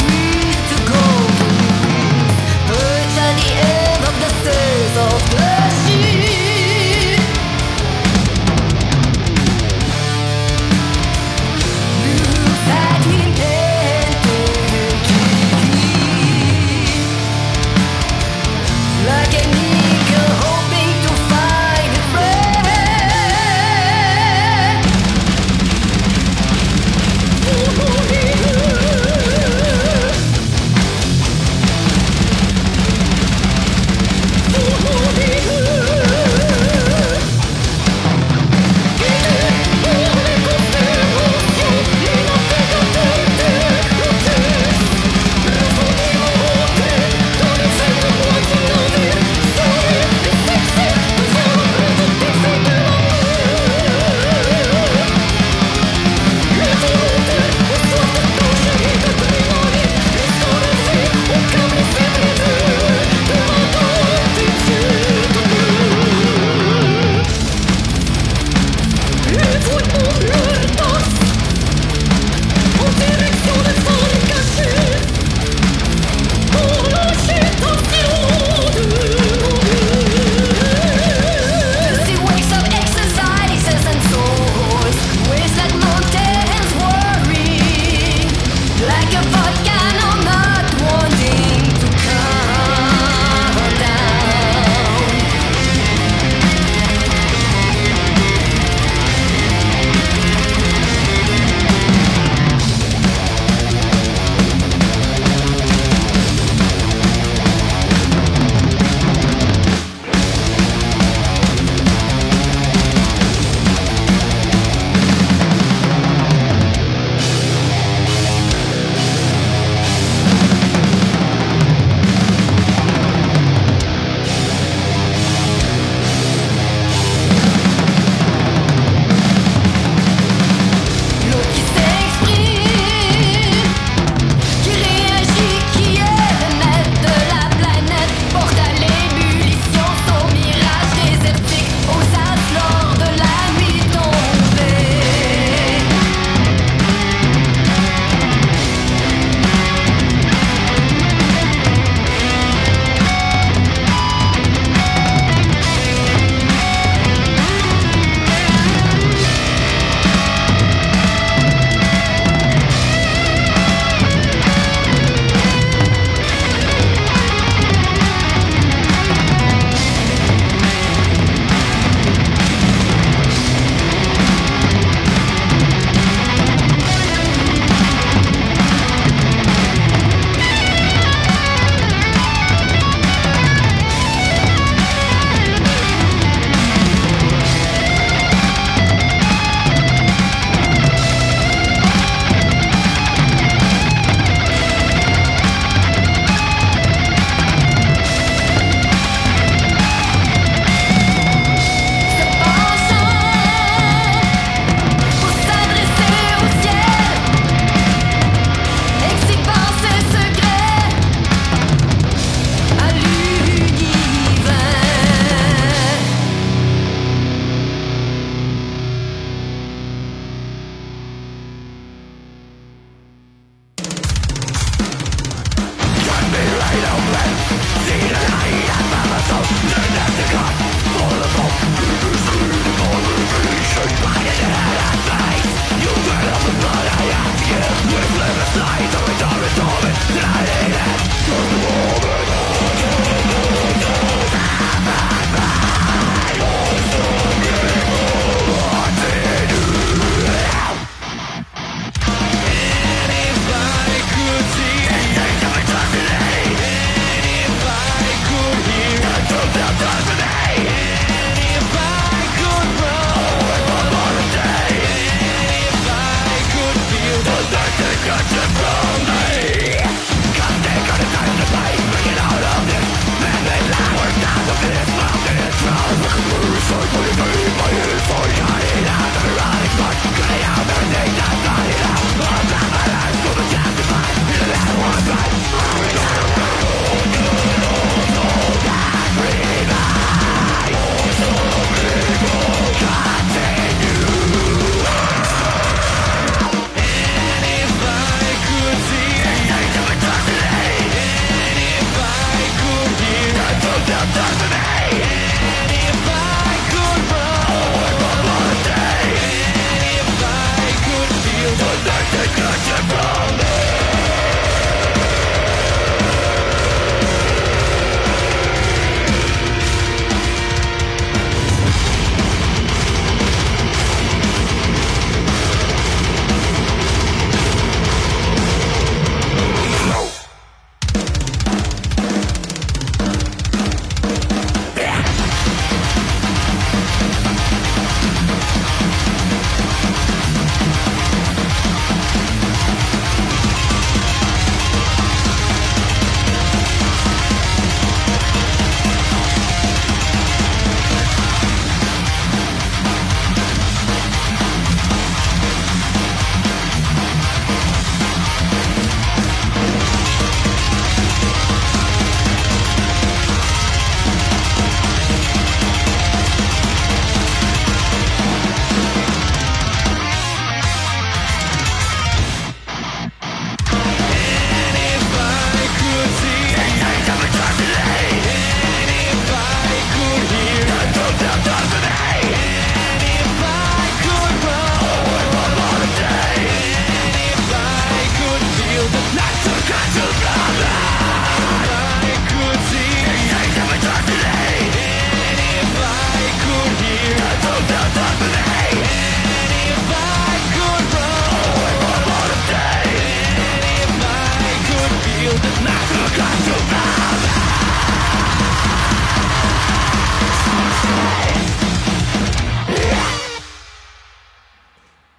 Perch at the end of the stairs of glass.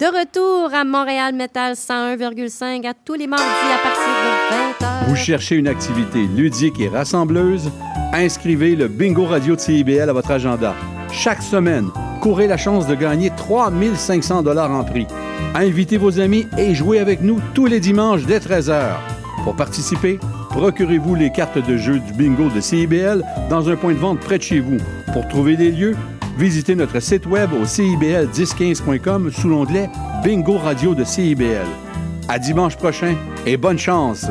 De retour à Montréal Metal cent un virgule cinq à tous les mardis à partir de vingt heures. Vous cherchez une activité ludique et rassembleuse? Inscrivez le Bingo Radio de C I B L à votre agenda. Chaque semaine, courez la chance de gagner trois mille cinq cents dollars en prix. Invitez vos amis et jouez avec nous tous les dimanches dès treize heures. Pour participer, procurez-vous les cartes de jeu du bingo de C I B L dans un point de vente près de chez vous. Pour trouver des lieux, visitez notre site web au C I B L dix quinze point com sous l'onglet Bingo Radio de C I B L. À dimanche prochain et bonne chance!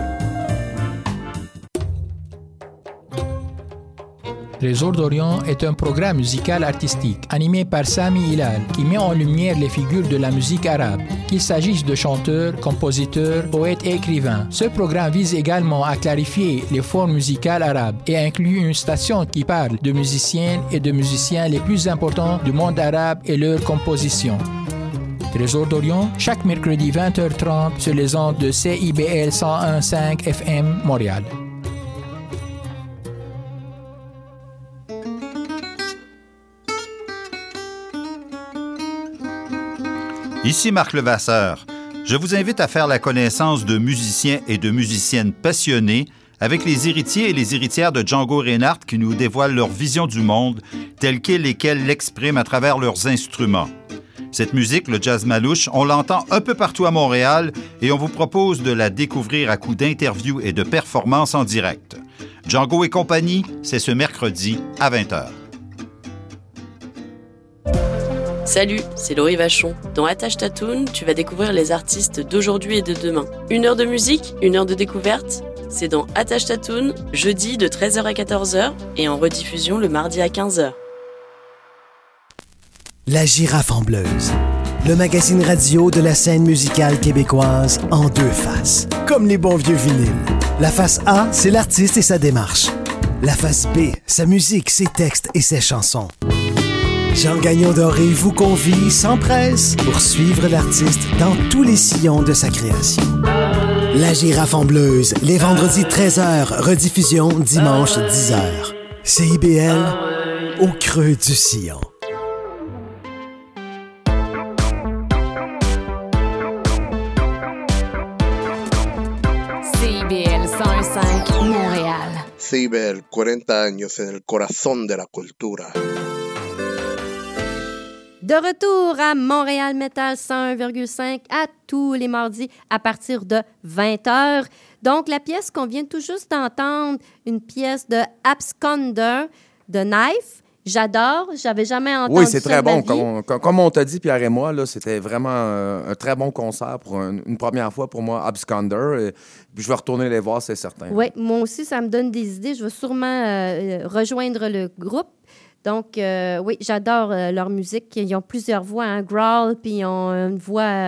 Trésor d'Orient est un programme musical artistique animé par Sami Hilal qui met en lumière les figures de la musique arabe, qu'il s'agisse de chanteurs, compositeurs, poètes et écrivains. Ce programme vise également à clarifier les formes musicales arabes et inclut une station qui parle de musiciennes et de musiciens les plus importants du monde arabe et leurs compositions. Trésor d'Orient, chaque mercredi vingt heures trente sur les ondes de C I B L cent un virgule cinq F M Montréal. Ici Marc Levasseur. Je vous invite à faire la connaissance de musiciens et de musiciennes passionnés avec les héritiers et les héritières de Django Reinhardt qui nous dévoilent leur vision du monde telle qu'elle et qu'elle l'expriment à travers leurs instruments. Cette musique, le jazz manouche, on l'entend un peu partout à Montréal et on vous propose de la découvrir à coups d'interviews et de performances en direct. Django et compagnie, c'est ce mercredi à vingt heures. Salut, c'est Laurie Vachon. Dans Attache ta toune, tu vas découvrir les artistes d'aujourd'hui et de demain. Une heure de musique, une heure de découverte. C'est dans Attache ta toune, jeudi de treize heures à quatorze heures et en rediffusion le mardi à quinze heures. La Girafe en Bleuse, le magazine radio de la scène musicale québécoise en deux faces, comme les bons vieux vinyles. La face A, c'est l'artiste et sa démarche. La face B, sa musique, ses textes et ses chansons. Jean Gagnon Doré vous convie sans presse pour suivre l'artiste dans tous les sillons de sa création. La Girafe en Bleuse, les vendredis treize heures, rediffusion dimanche dix heures. C I B L, au creux du sillon. C I B L cent un virgule cinq Montréal. C I B L, cuarenta años en el corazón de la cultura. De retour à Montréal Metal cent un virgule cinq à tous les mardis à partir de vingt heures. Donc, la pièce qu'on vient tout juste d'entendre, une pièce de Absconder de Knife. J'adore, j'avais jamais entendu ça. Oui, c'est très bon. Comme on, comme on t'a dit, Pierre et moi, là, c'était vraiment un, un très bon concert pour un, une première fois pour moi, Absconder. Et, puis je vais retourner les voir, c'est certain. Oui, moi aussi, ça me donne des idées. Je vais sûrement euh, rejoindre le groupe. Donc, euh, oui, j'adore euh, leur musique. Ils ont plusieurs voix, un hein, growl, puis ils ont une voix...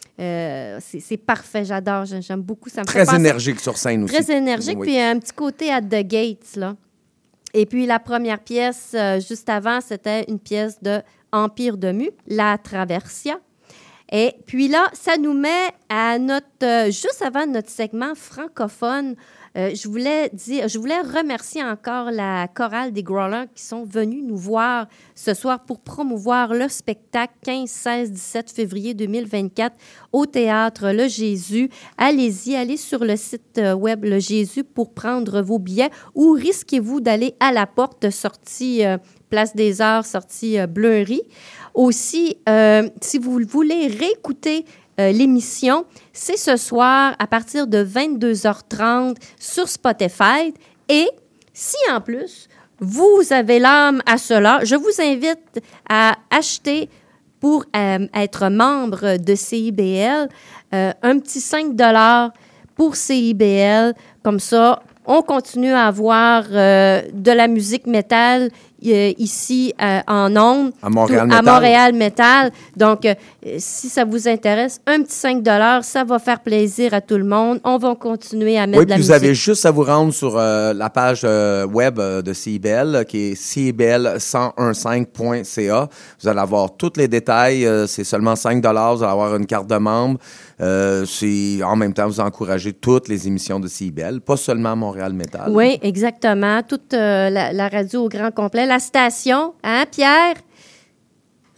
Euh, c'est, c'est parfait, j'adore, j'aime beaucoup. Ça me très fait énergique penser... sur scène aussi. Très énergique, oui. Puis un petit côté at the gates, là. Et puis, la première pièce, euh, juste avant, c'était une pièce de Empire de Mu, La Traversia. Et puis là, ça nous met à notre... Euh, juste avant notre segment francophone, Euh, je voulais dire, je voulais remercier encore la chorale des Growlers qui sont venus nous voir ce soir pour promouvoir le spectacle quinze, seize, dix-sept février deux mille vingt-quatre au Théâtre Le Jésus. Allez-y, allez sur le site web Le Jésus pour prendre vos billets ou risquez-vous d'aller à la porte sortie euh, Place des Arts, sortie euh, Bleury. Aussi, euh, si vous voulez réécouter Euh, l'émission, c'est ce soir à partir de vingt-deux heures trente sur Spotify. Et si en plus, vous avez l'âme à cela, je vous invite à acheter pour euh, être membre de C I B L euh, un petit cinq dollars pour C I B L. Comme ça, on continue à avoir euh, de la musique métal euh, ici euh, en ondes. À Montréal tout, Metal. À Montréal Metal. Donc, euh, si ça vous intéresse, un petit cinq dollars, ça va faire plaisir à tout le monde. On va continuer à mettre oui, de la puis musique. vous avez juste à vous rendre sur euh, la page euh, web euh, de C I B L, qui est C I B L cent un virgule cinq point C A. Vous allez avoir tous les détails. Euh, c'est seulement cinq dollars. Vous allez avoir une carte de membre. Euh, c'est, en même temps, vous encouragez toutes les émissions de C I B L, pas seulement Montréal Metal. Oui, exactement. Toute euh, la, la radio au grand complet. La station, hein, Pierre?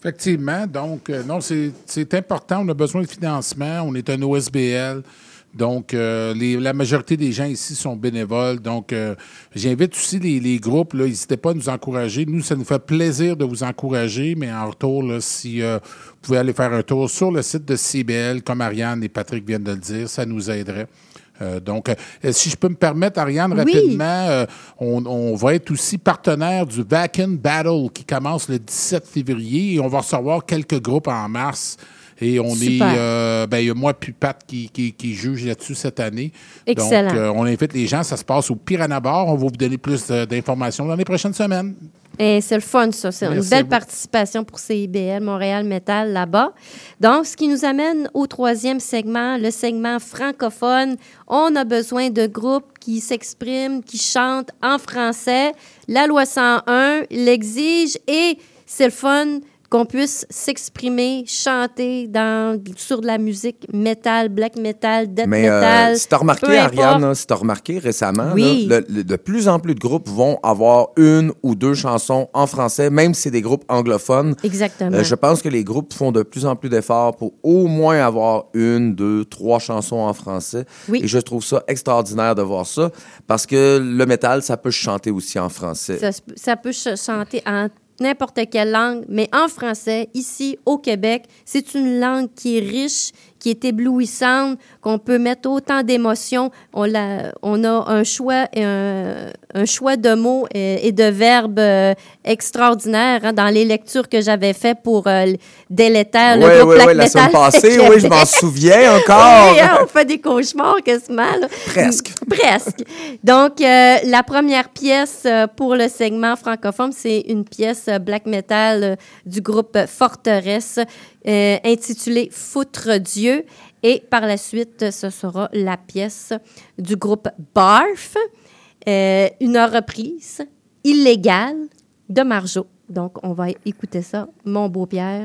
Effectivement. Donc, euh, non, c'est, c'est important. On a besoin de financement. On est un O S B L. Donc, euh, les, la majorité des gens ici sont bénévoles. Donc, euh, j'invite aussi les, les groupes. Là, n'hésitez pas à nous encourager. Nous, ça nous fait plaisir de vous encourager. Mais en retour, là, si euh, vous pouvez aller faire un tour sur le site de C B L, comme Ariane et Patrick viennent de le dire, ça nous aiderait. Euh, donc, euh, si je peux me permettre, Ariane, rapidement, oui. euh, on, on va être aussi partenaire du Vacan Battle qui commence le dix-sept février et on va recevoir quelques groupes en mars. Et on Super. est, euh, ben, il y a moi puis Pat qui, qui, qui juge là-dessus cette année. Excellent. Donc, euh, on invite les gens. Ça se passe au Piranha Bar. On va vous donner plus euh, d'informations dans les prochaines semaines. Et c'est le fun, ça. C'est Merci une belle participation pour C I B L, Montréal Metal, là-bas. Donc, ce qui nous amène au troisième segment, le segment francophone. On a besoin de groupes qui s'expriment, qui chantent en français. La loi cent un l'exige et c'est le fun qu'on puisse s'exprimer, chanter dans, sur de la musique métal, black metal, death Mais, metal. Euh, si tu as remarqué, Ariane, là, si tu as remarqué récemment, oui. là, le, le, de plus en plus de groupes vont avoir une ou deux chansons en français, même si c'est des groupes anglophones. Exactement. Euh, je pense que les groupes font de plus en plus d'efforts pour au moins avoir une, deux, trois chansons en français. Oui. Et je trouve ça extraordinaire de voir ça, parce que le métal, ça peut chanter aussi en français. Ça, ça peut ch- chanter en n'importe quelle langue, mais en français, ici, au Québec, c'est une langue qui est riche, qui est éblouissante, qu'on peut mettre autant d'émotions. On, la, on a un choix, un, un choix de mots et, et de verbes euh, extraordinaires hein, dans les lectures que j'avais faites pour euh, Délétère, oui, le groupe oui, Black oui, la Metal. semaine passée, oui, je m'en souviens encore. Oui, hein, on fait des cauchemars quasiment. Là. Presque. Presque. Donc, euh, la première pièce euh, pour le segment francophone, c'est une pièce euh, black metal euh, du groupe Forteresse euh, intitulée « Foutre Dieu ». Et par la suite, ce sera la pièce du groupe Barf, euh, une reprise illégale de Marjo. Donc, on va écouter ça, mon beau Pierre.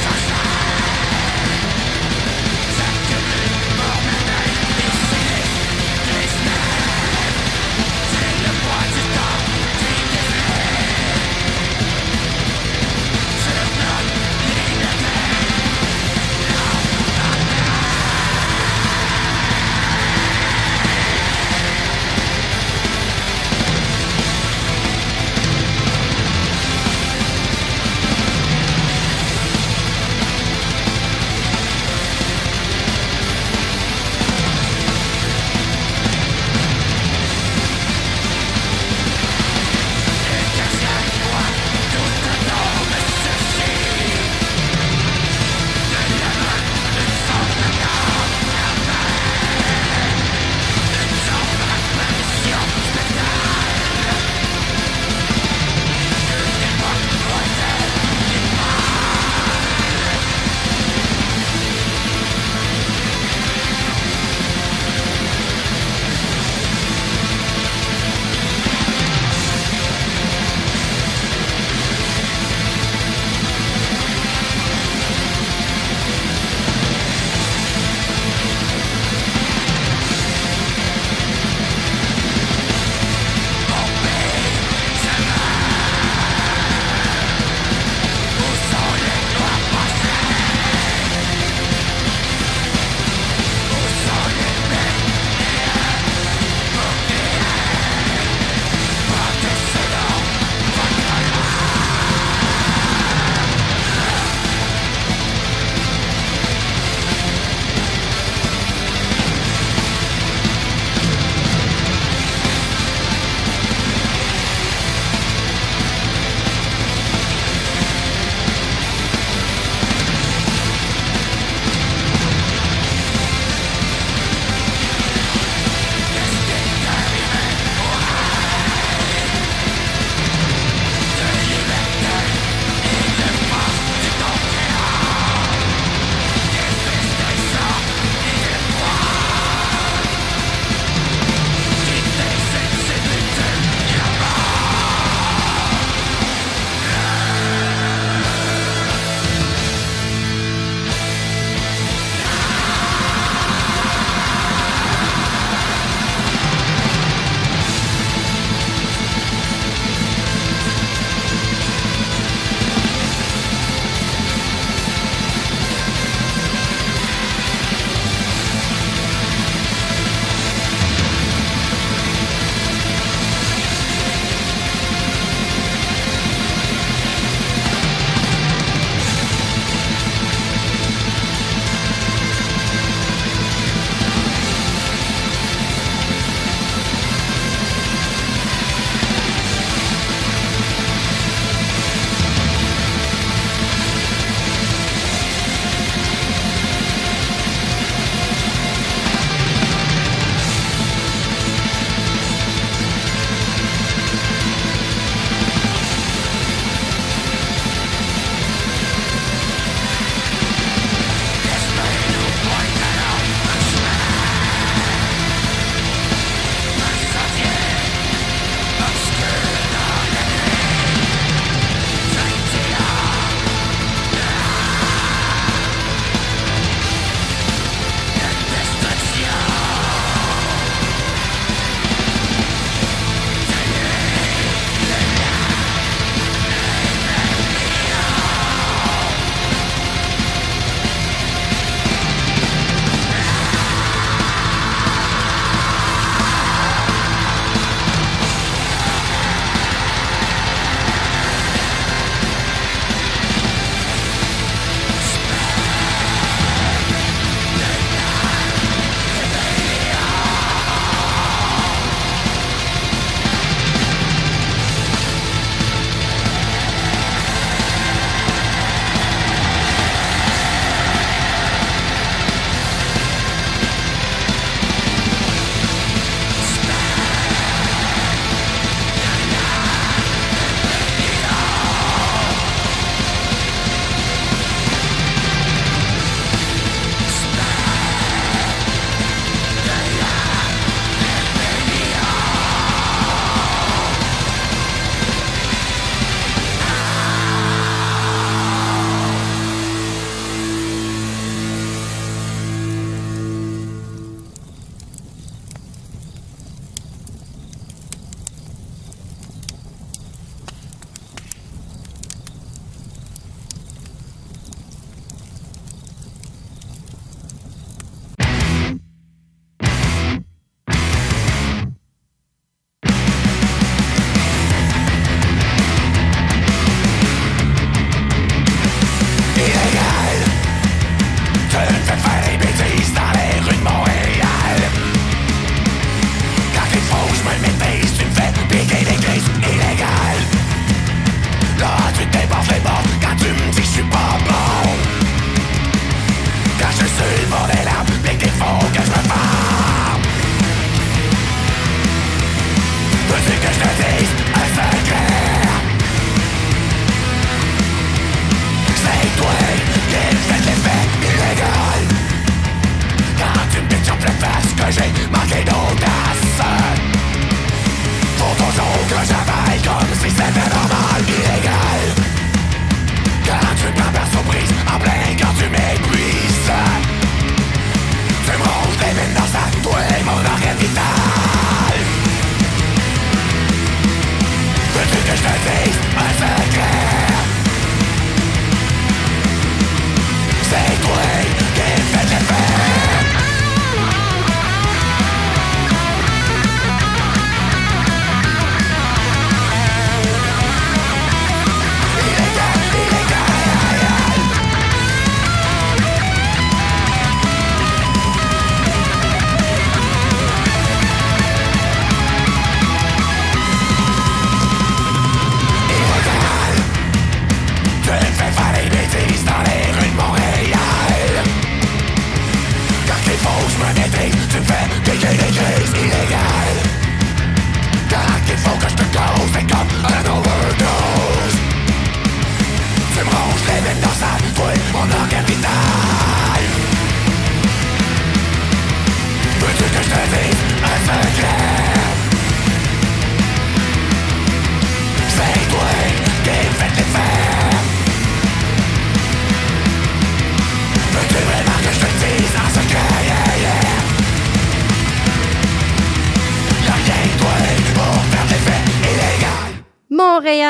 Cette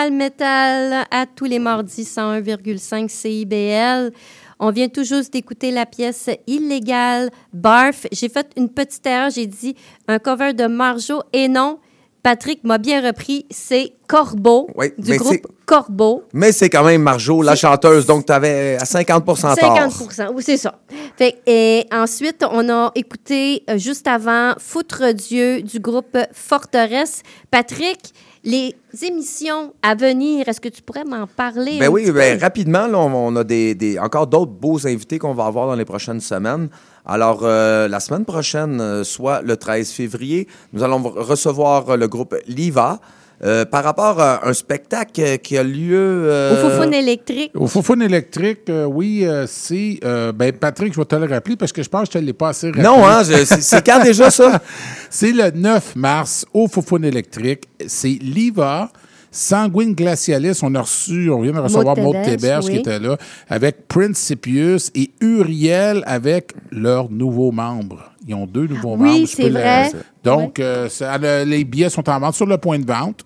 Montréal Metal à tous les mardis, cent un virgule cinq C I B L. On vient tout juste d'écouter la pièce Illégale, Barf. J'ai fait une petite erreur, j'ai dit un cover de Marjo et non, Patrick m'a bien repris, c'est Corbeau, Oui, du mais groupe c'est- Corbeau. Mais c'est quand même Marjo, la chanteuse, donc tu avais à cinquante pour cent tort. cinquante pour cent, oui, c'est ça. Fait, et ensuite, on a écouté euh, juste avant Foutre Dieu du groupe Forteresse. Patrick, les émissions à venir, est-ce que tu pourrais m'en parler? Ben un oui, petit ben, peu? rapidement, là, on, on a des, des- encore d'autres beaux invités qu'on va avoir dans les prochaines semaines. Alors, euh, la semaine prochaine, euh, soit le treize février, nous allons recevoir euh, le groupe Liva. Euh, par rapport à un spectacle qui a lieu... euh, Au Foufoune électrique. Au Foufoune électrique, euh, oui, euh, c'est... euh, ben, Patrick, je vais te le rappeler parce que je pense que je ne l'ai pas assez rappelé. Non, hein, je- c'est- c'est quand déjà, ça? C'est le neuf mars au Foufoune électrique. C'est Liva, Sanguine Glacialis. On a reçu, on vient de recevoir Maud Maud Thébès, Thébès oui. qui était là, avec Principius et Uriel avec leurs nouveaux membres. Ils ont deux nouveaux Oui, membres. je c'est peux vrai. le- Donc, euh, ça, le- les billets sont en vente sur le point de vente.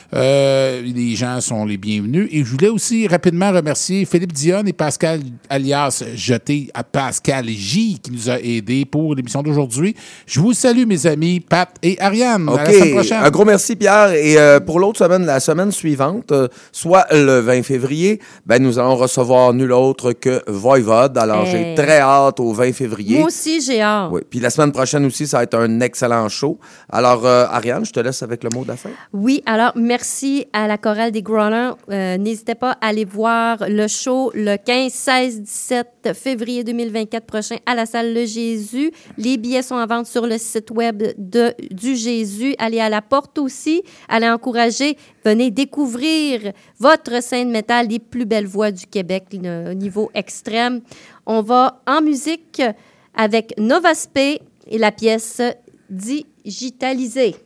Euh, les gens sont les bienvenus. Et je voulais aussi rapidement remercier Philippe Dionne et Pascal, alias Jeté à Pascal J, qui nous a aidés pour l'émission d'aujourd'hui. Je vous salue, mes amis, Pat et Ariane. À la semaine OK. prochaine. Un gros merci, Pierre. Et euh, pour l'autre semaine, la semaine suivante, euh, soit le vingt février, ben, nous allons recevoir nul autre que Voivode. Alors, Hey. j'ai très hâte au vingt février. Moi aussi, j'ai hâte. Oui. Puis la semaine prochaine aussi, ça va être un excellent show. Alors, euh, Ariane, je te laisse avec le mot de la fin. Oui, alors merci à la chorale des Growlers. Euh, n'hésitez pas à aller voir le show le quinze, seize, dix-sept février deux mille vingt-quatre prochain à la salle Le Jésus. Les billets sont en vente sur le site web de, du Jésus. Allez à la porte aussi. Allez encourager. Venez découvrir votre scène métal, les plus belles voix du Québec, le niveau extrême. On va en musique avec Novaspe et la pièce Digitalisée.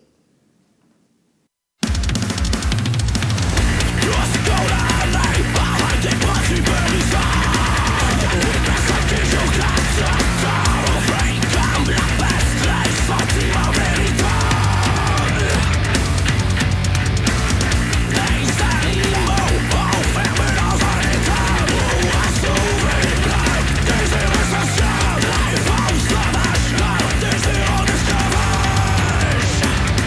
Des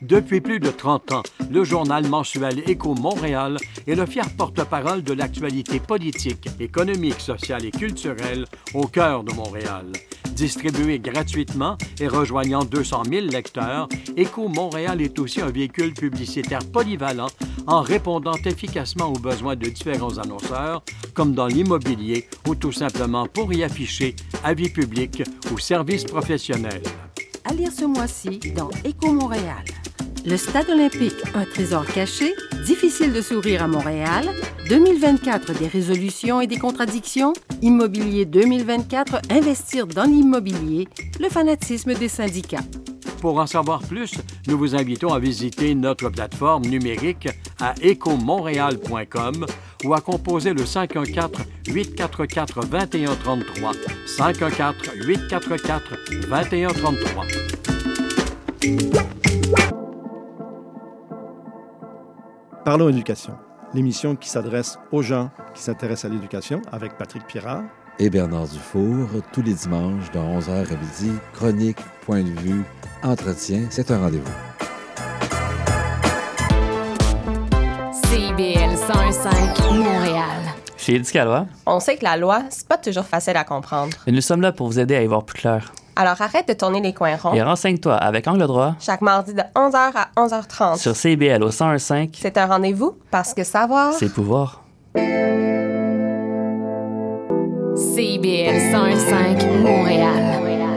Depuis plus de trente ans, le journal mensuel Écho Montréal est le fier porte-parole de l'actualité politique, économique, sociale et culturelle au cœur de Montréal. Distribué gratuitement et rejoignant deux cent mille lecteurs, Écho Montréal est aussi un véhicule publicitaire polyvalent en répondant efficacement aux besoins de différents annonceurs, comme dans l'immobilier ou tout simplement pour y afficher avis publics ou services professionnels. À lire ce mois-ci dans Écho Montréal. Le Stade olympique, un trésor caché, difficile de sourire à Montréal, deux mille vingt-quatre, des résolutions et des contradictions, Immobilier deux mille vingt-quatre, investir dans l'immobilier, le fanatisme des syndicats. Pour en savoir plus, nous vous invitons à visiter notre plateforme numérique à éco montréal point com ou à composer le cinq un quatre, huit quatre quatre, deux un trois trois, cinq un quatre, huit quatre quatre, deux un trois trois. Parlons éducation, l'émission qui s'adresse aux gens qui s'intéressent à l'éducation avec Patrick Pirard et Bernard Dufour, tous les dimanches de onze heures à midi, chronique, point de vue, entretien, c'est un rendez-vous. C I B L cent un cinq Montréal. Chez Éducalois, on sait que la loi, c'est pas toujours facile à comprendre. Mais nous sommes là pour vous aider à y voir plus clair. Alors arrête de tourner les coins ronds. Et renseigne-toi avec Angle droit. Chaque mardi de onze heures à onze heures trente. Sur C I B L au cent un cinq. C'est un rendez-vous parce que savoir... c'est pouvoir. C I B L cent un cinq Montréal.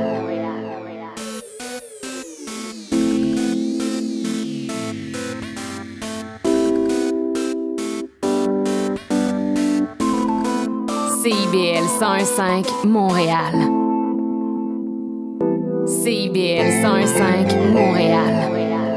C I B L cent un cinq Montréal. C I B L cent un cinq Montréal.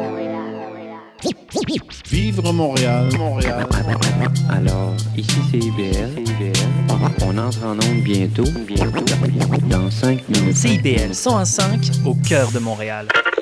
Vivre Montréal, Montréal. Alors, ici c'est I B L. On entre en onde bientôt, bientôt, dans cinq minutes. C I B L cent un cinq au cœur de Montréal.